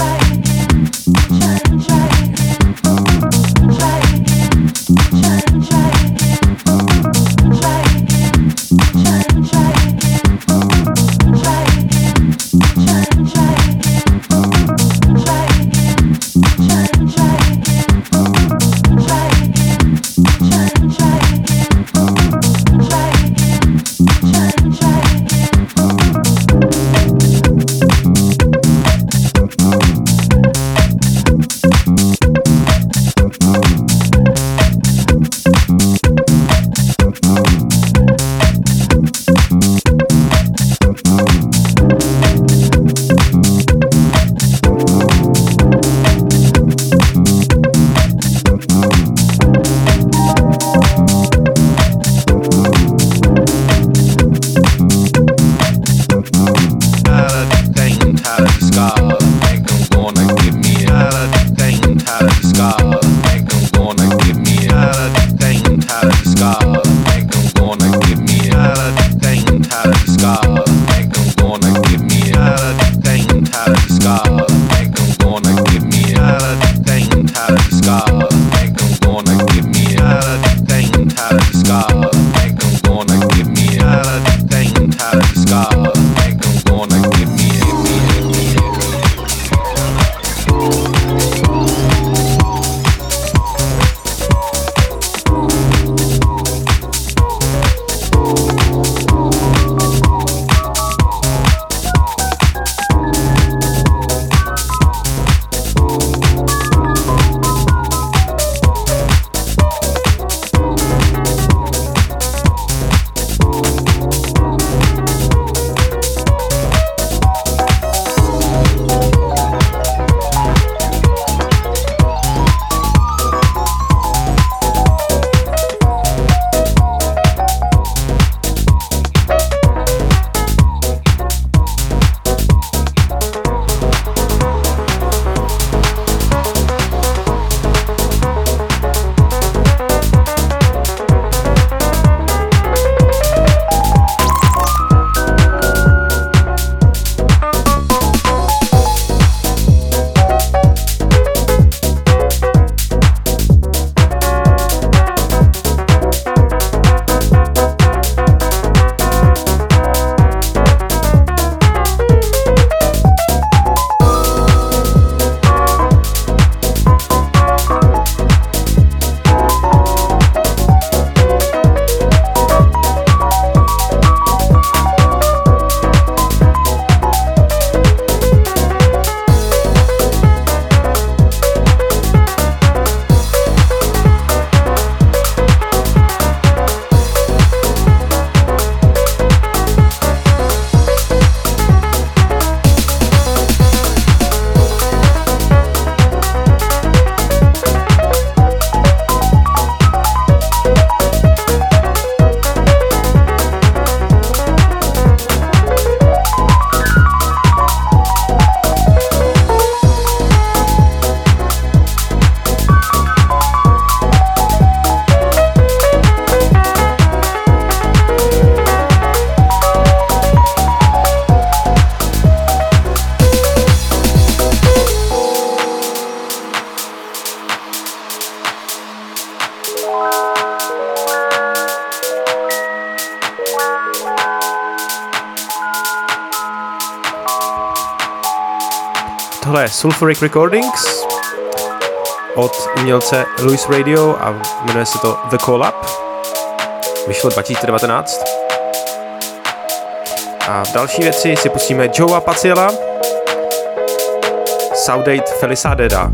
Tohle je Sulfuric Recordings od umělce Louis Radio a jmenuje se to The Call Up. Vyšlo dva tisíce devatenáct. A v další věci si pustíme Joea Paciela, Saudade Felicidade.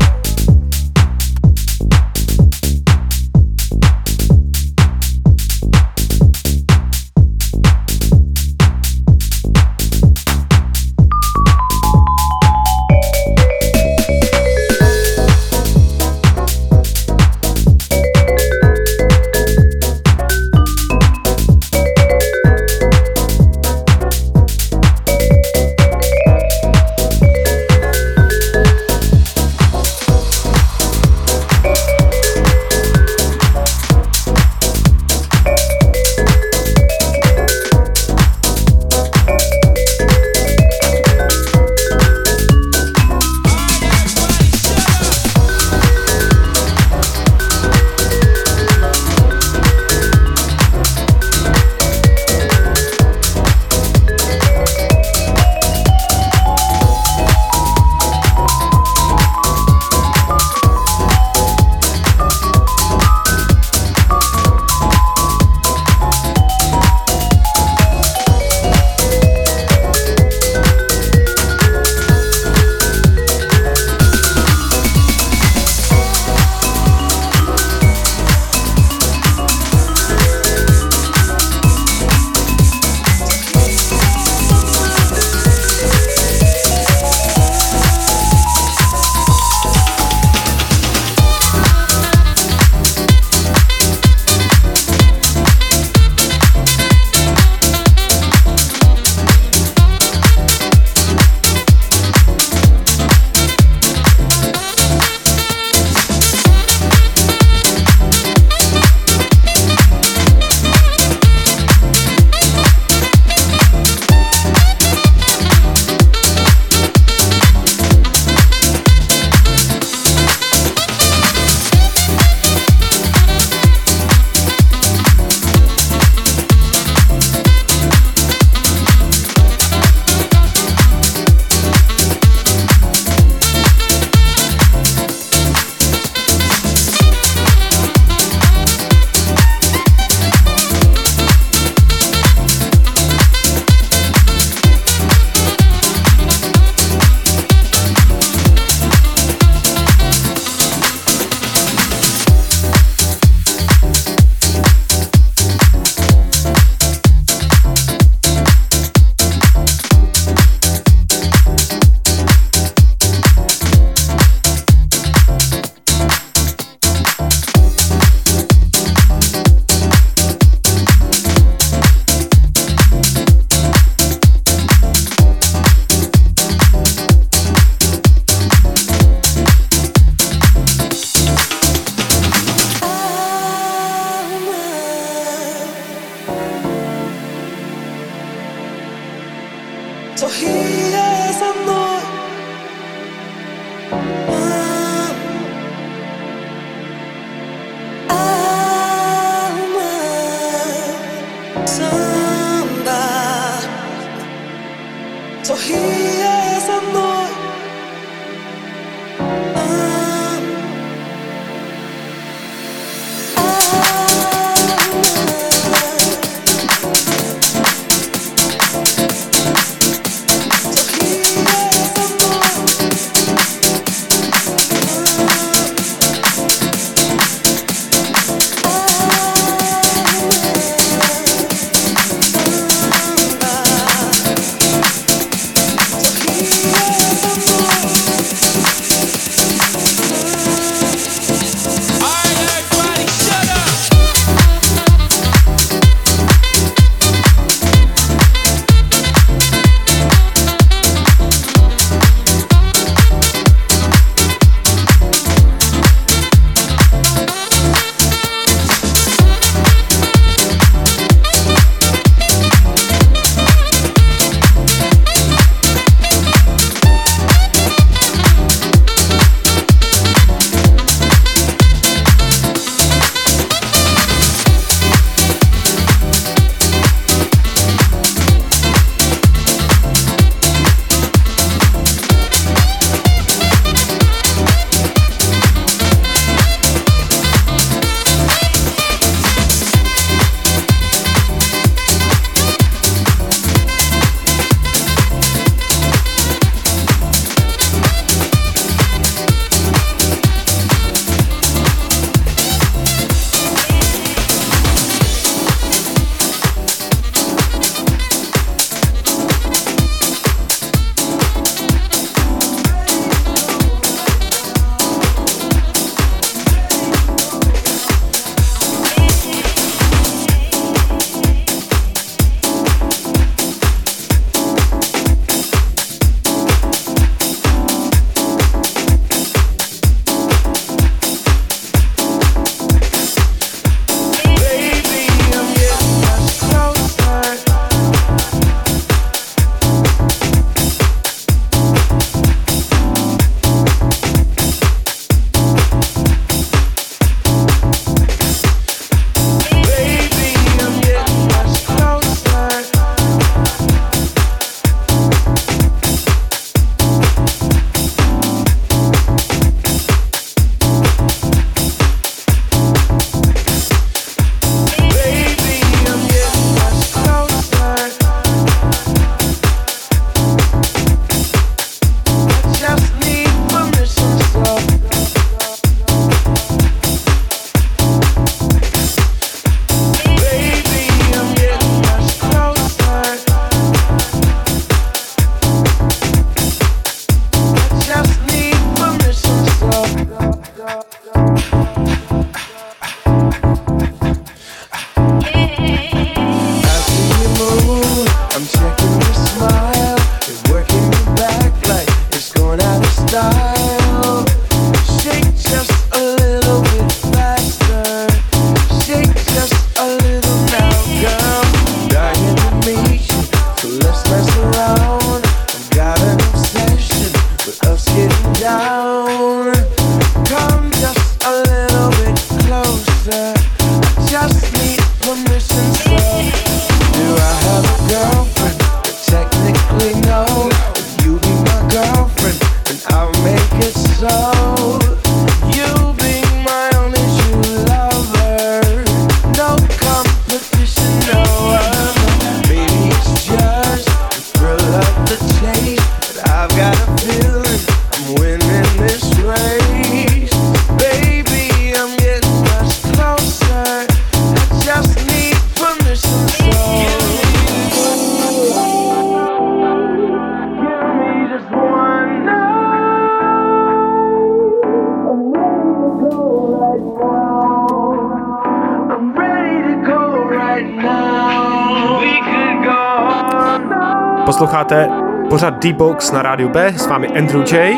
Posloucháte pořad D-Box na rádiu B, s vámi Andrew J.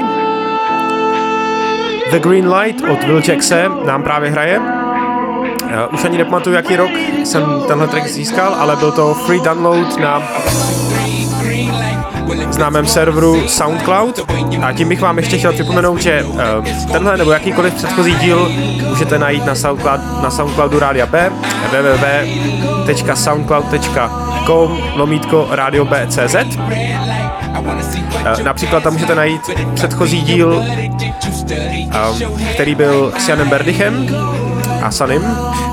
The Green Light od Will Jackse nám právě hraje. Už ani nepamatuju, jaký rok jsem tenhle track získal, ale byl to free download na známém serveru SoundCloud. A tím bych vám ještě chtěl připomenout, že uh, tenhle nebo jakýkoliv předchozí díl můžete najít na, SoundCloud, na SoundCloudu Rádia B, w w w tečka soundcloud tečka com lomítko radio b tečka c z. Uh, například tam můžete najít předchozí díl, um, který byl s Janem Berdichem a Sanim.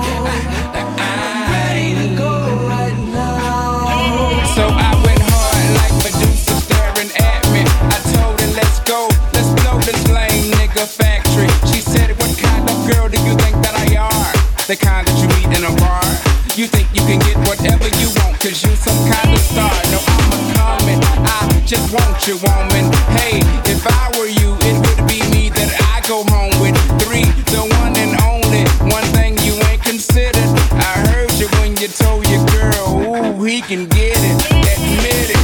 The kind that you meet in a bar. You think you can get whatever you want, cause you some kind of star. No, I'm a coming, I just want you, woman. Hey, if I were you, it would be me that I go home with. Three, the one and only. One thing you ain't considered. I heard you when you told your girl, ooh, he can get it. Admit it.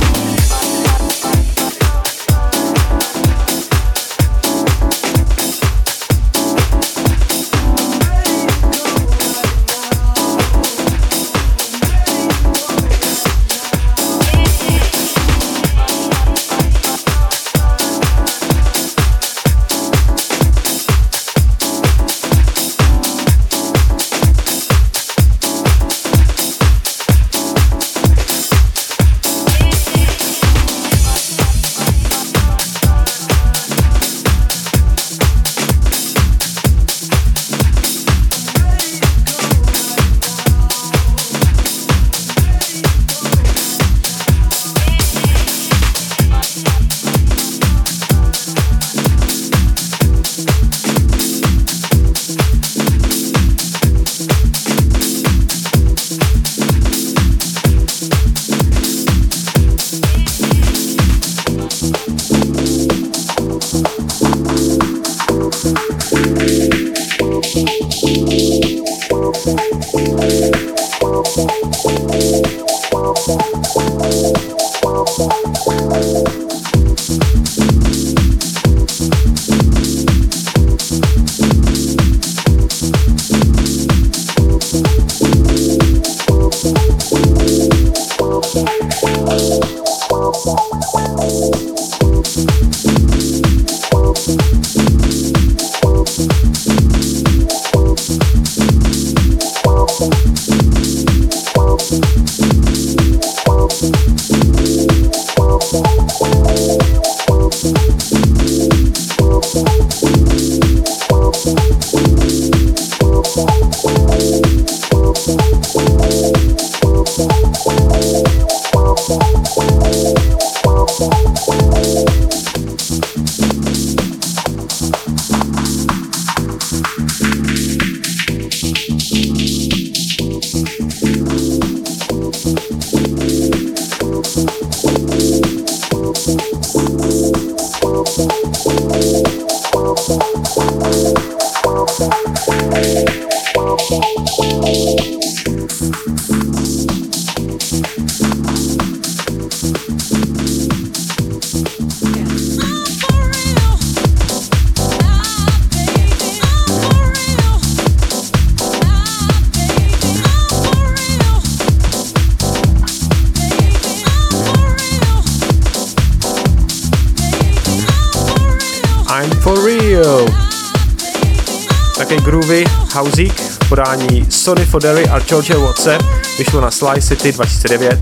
Takový groovy houseík v podání Sonny Fodery a George Wattse vyšlo na Sly City dva tisíce devět.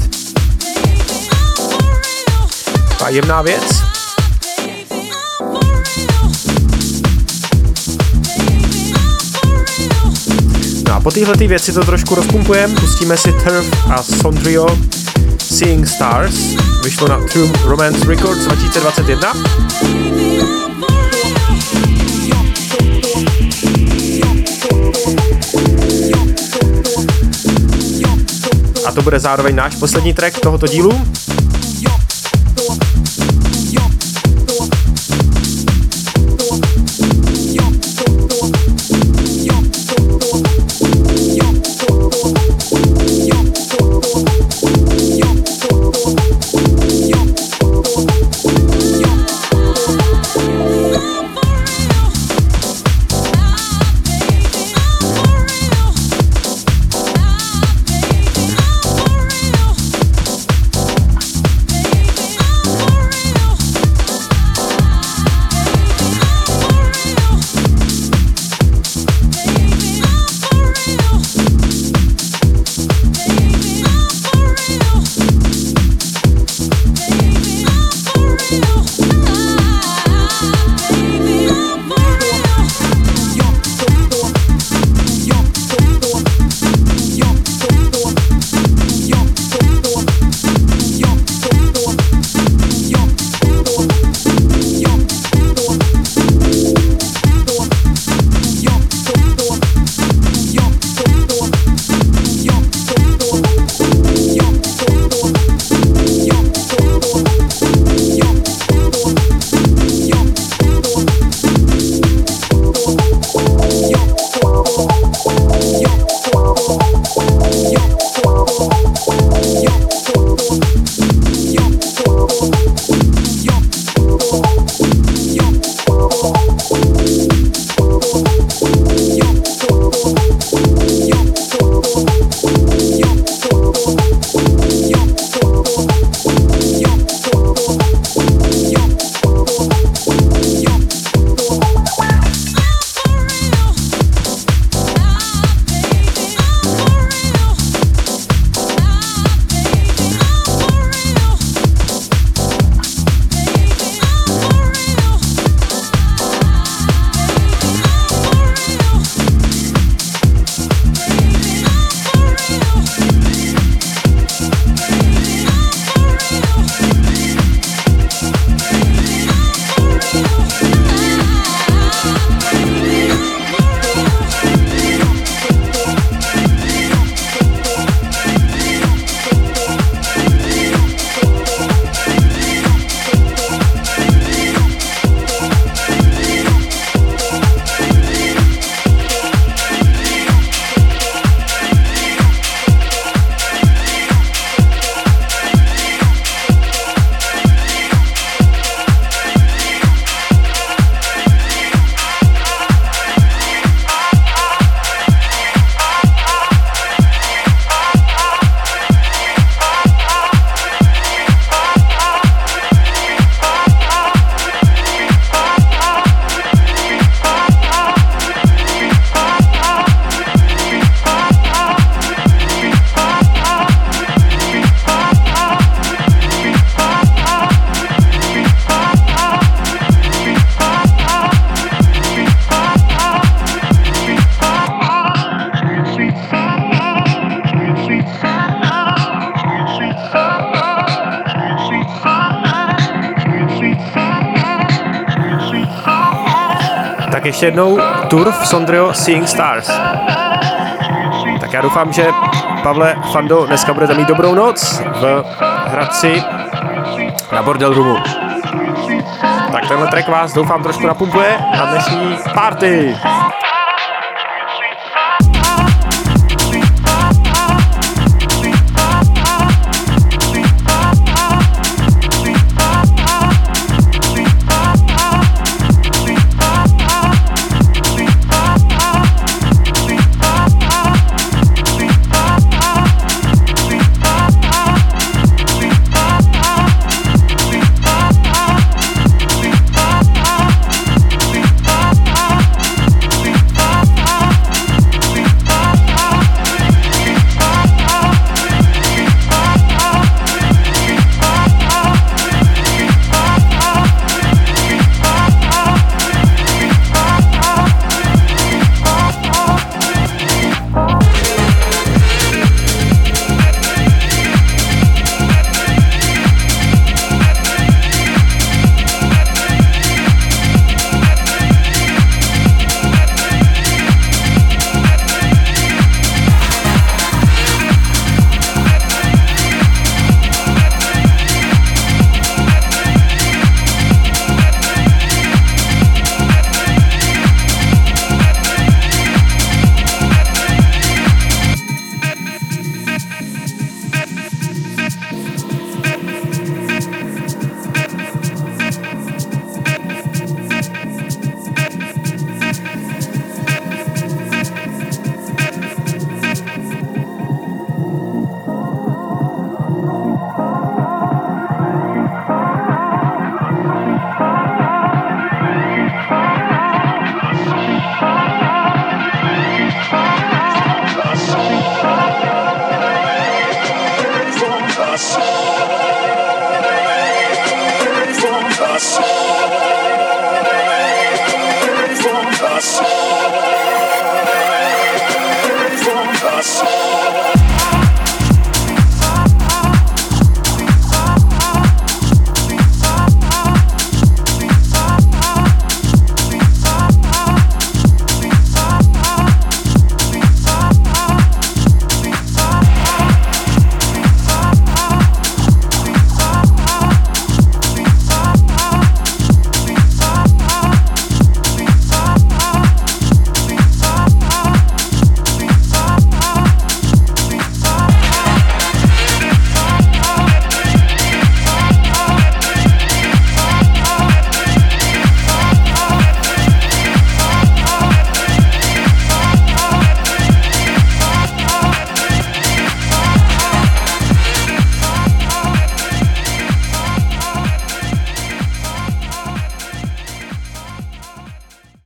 A jemná věc. No a po téhletý věci to trošku rozpumpujeme, pustíme si Turf a Sondrio Seeing Stars, vyšlo na True Romance Records dva tisíce dvacet jedna. A to bude zároveň náš poslední track tohoto dílu. Tak ještě jednou Turf, Sondrio, Seeing Stars. Tak já doufám, že Pavle Fando dneska budete mít dobrou noc v Hradci na Bordel Roomu. Tak tenhle track vás doufám trošku napumpuje na dnešní party.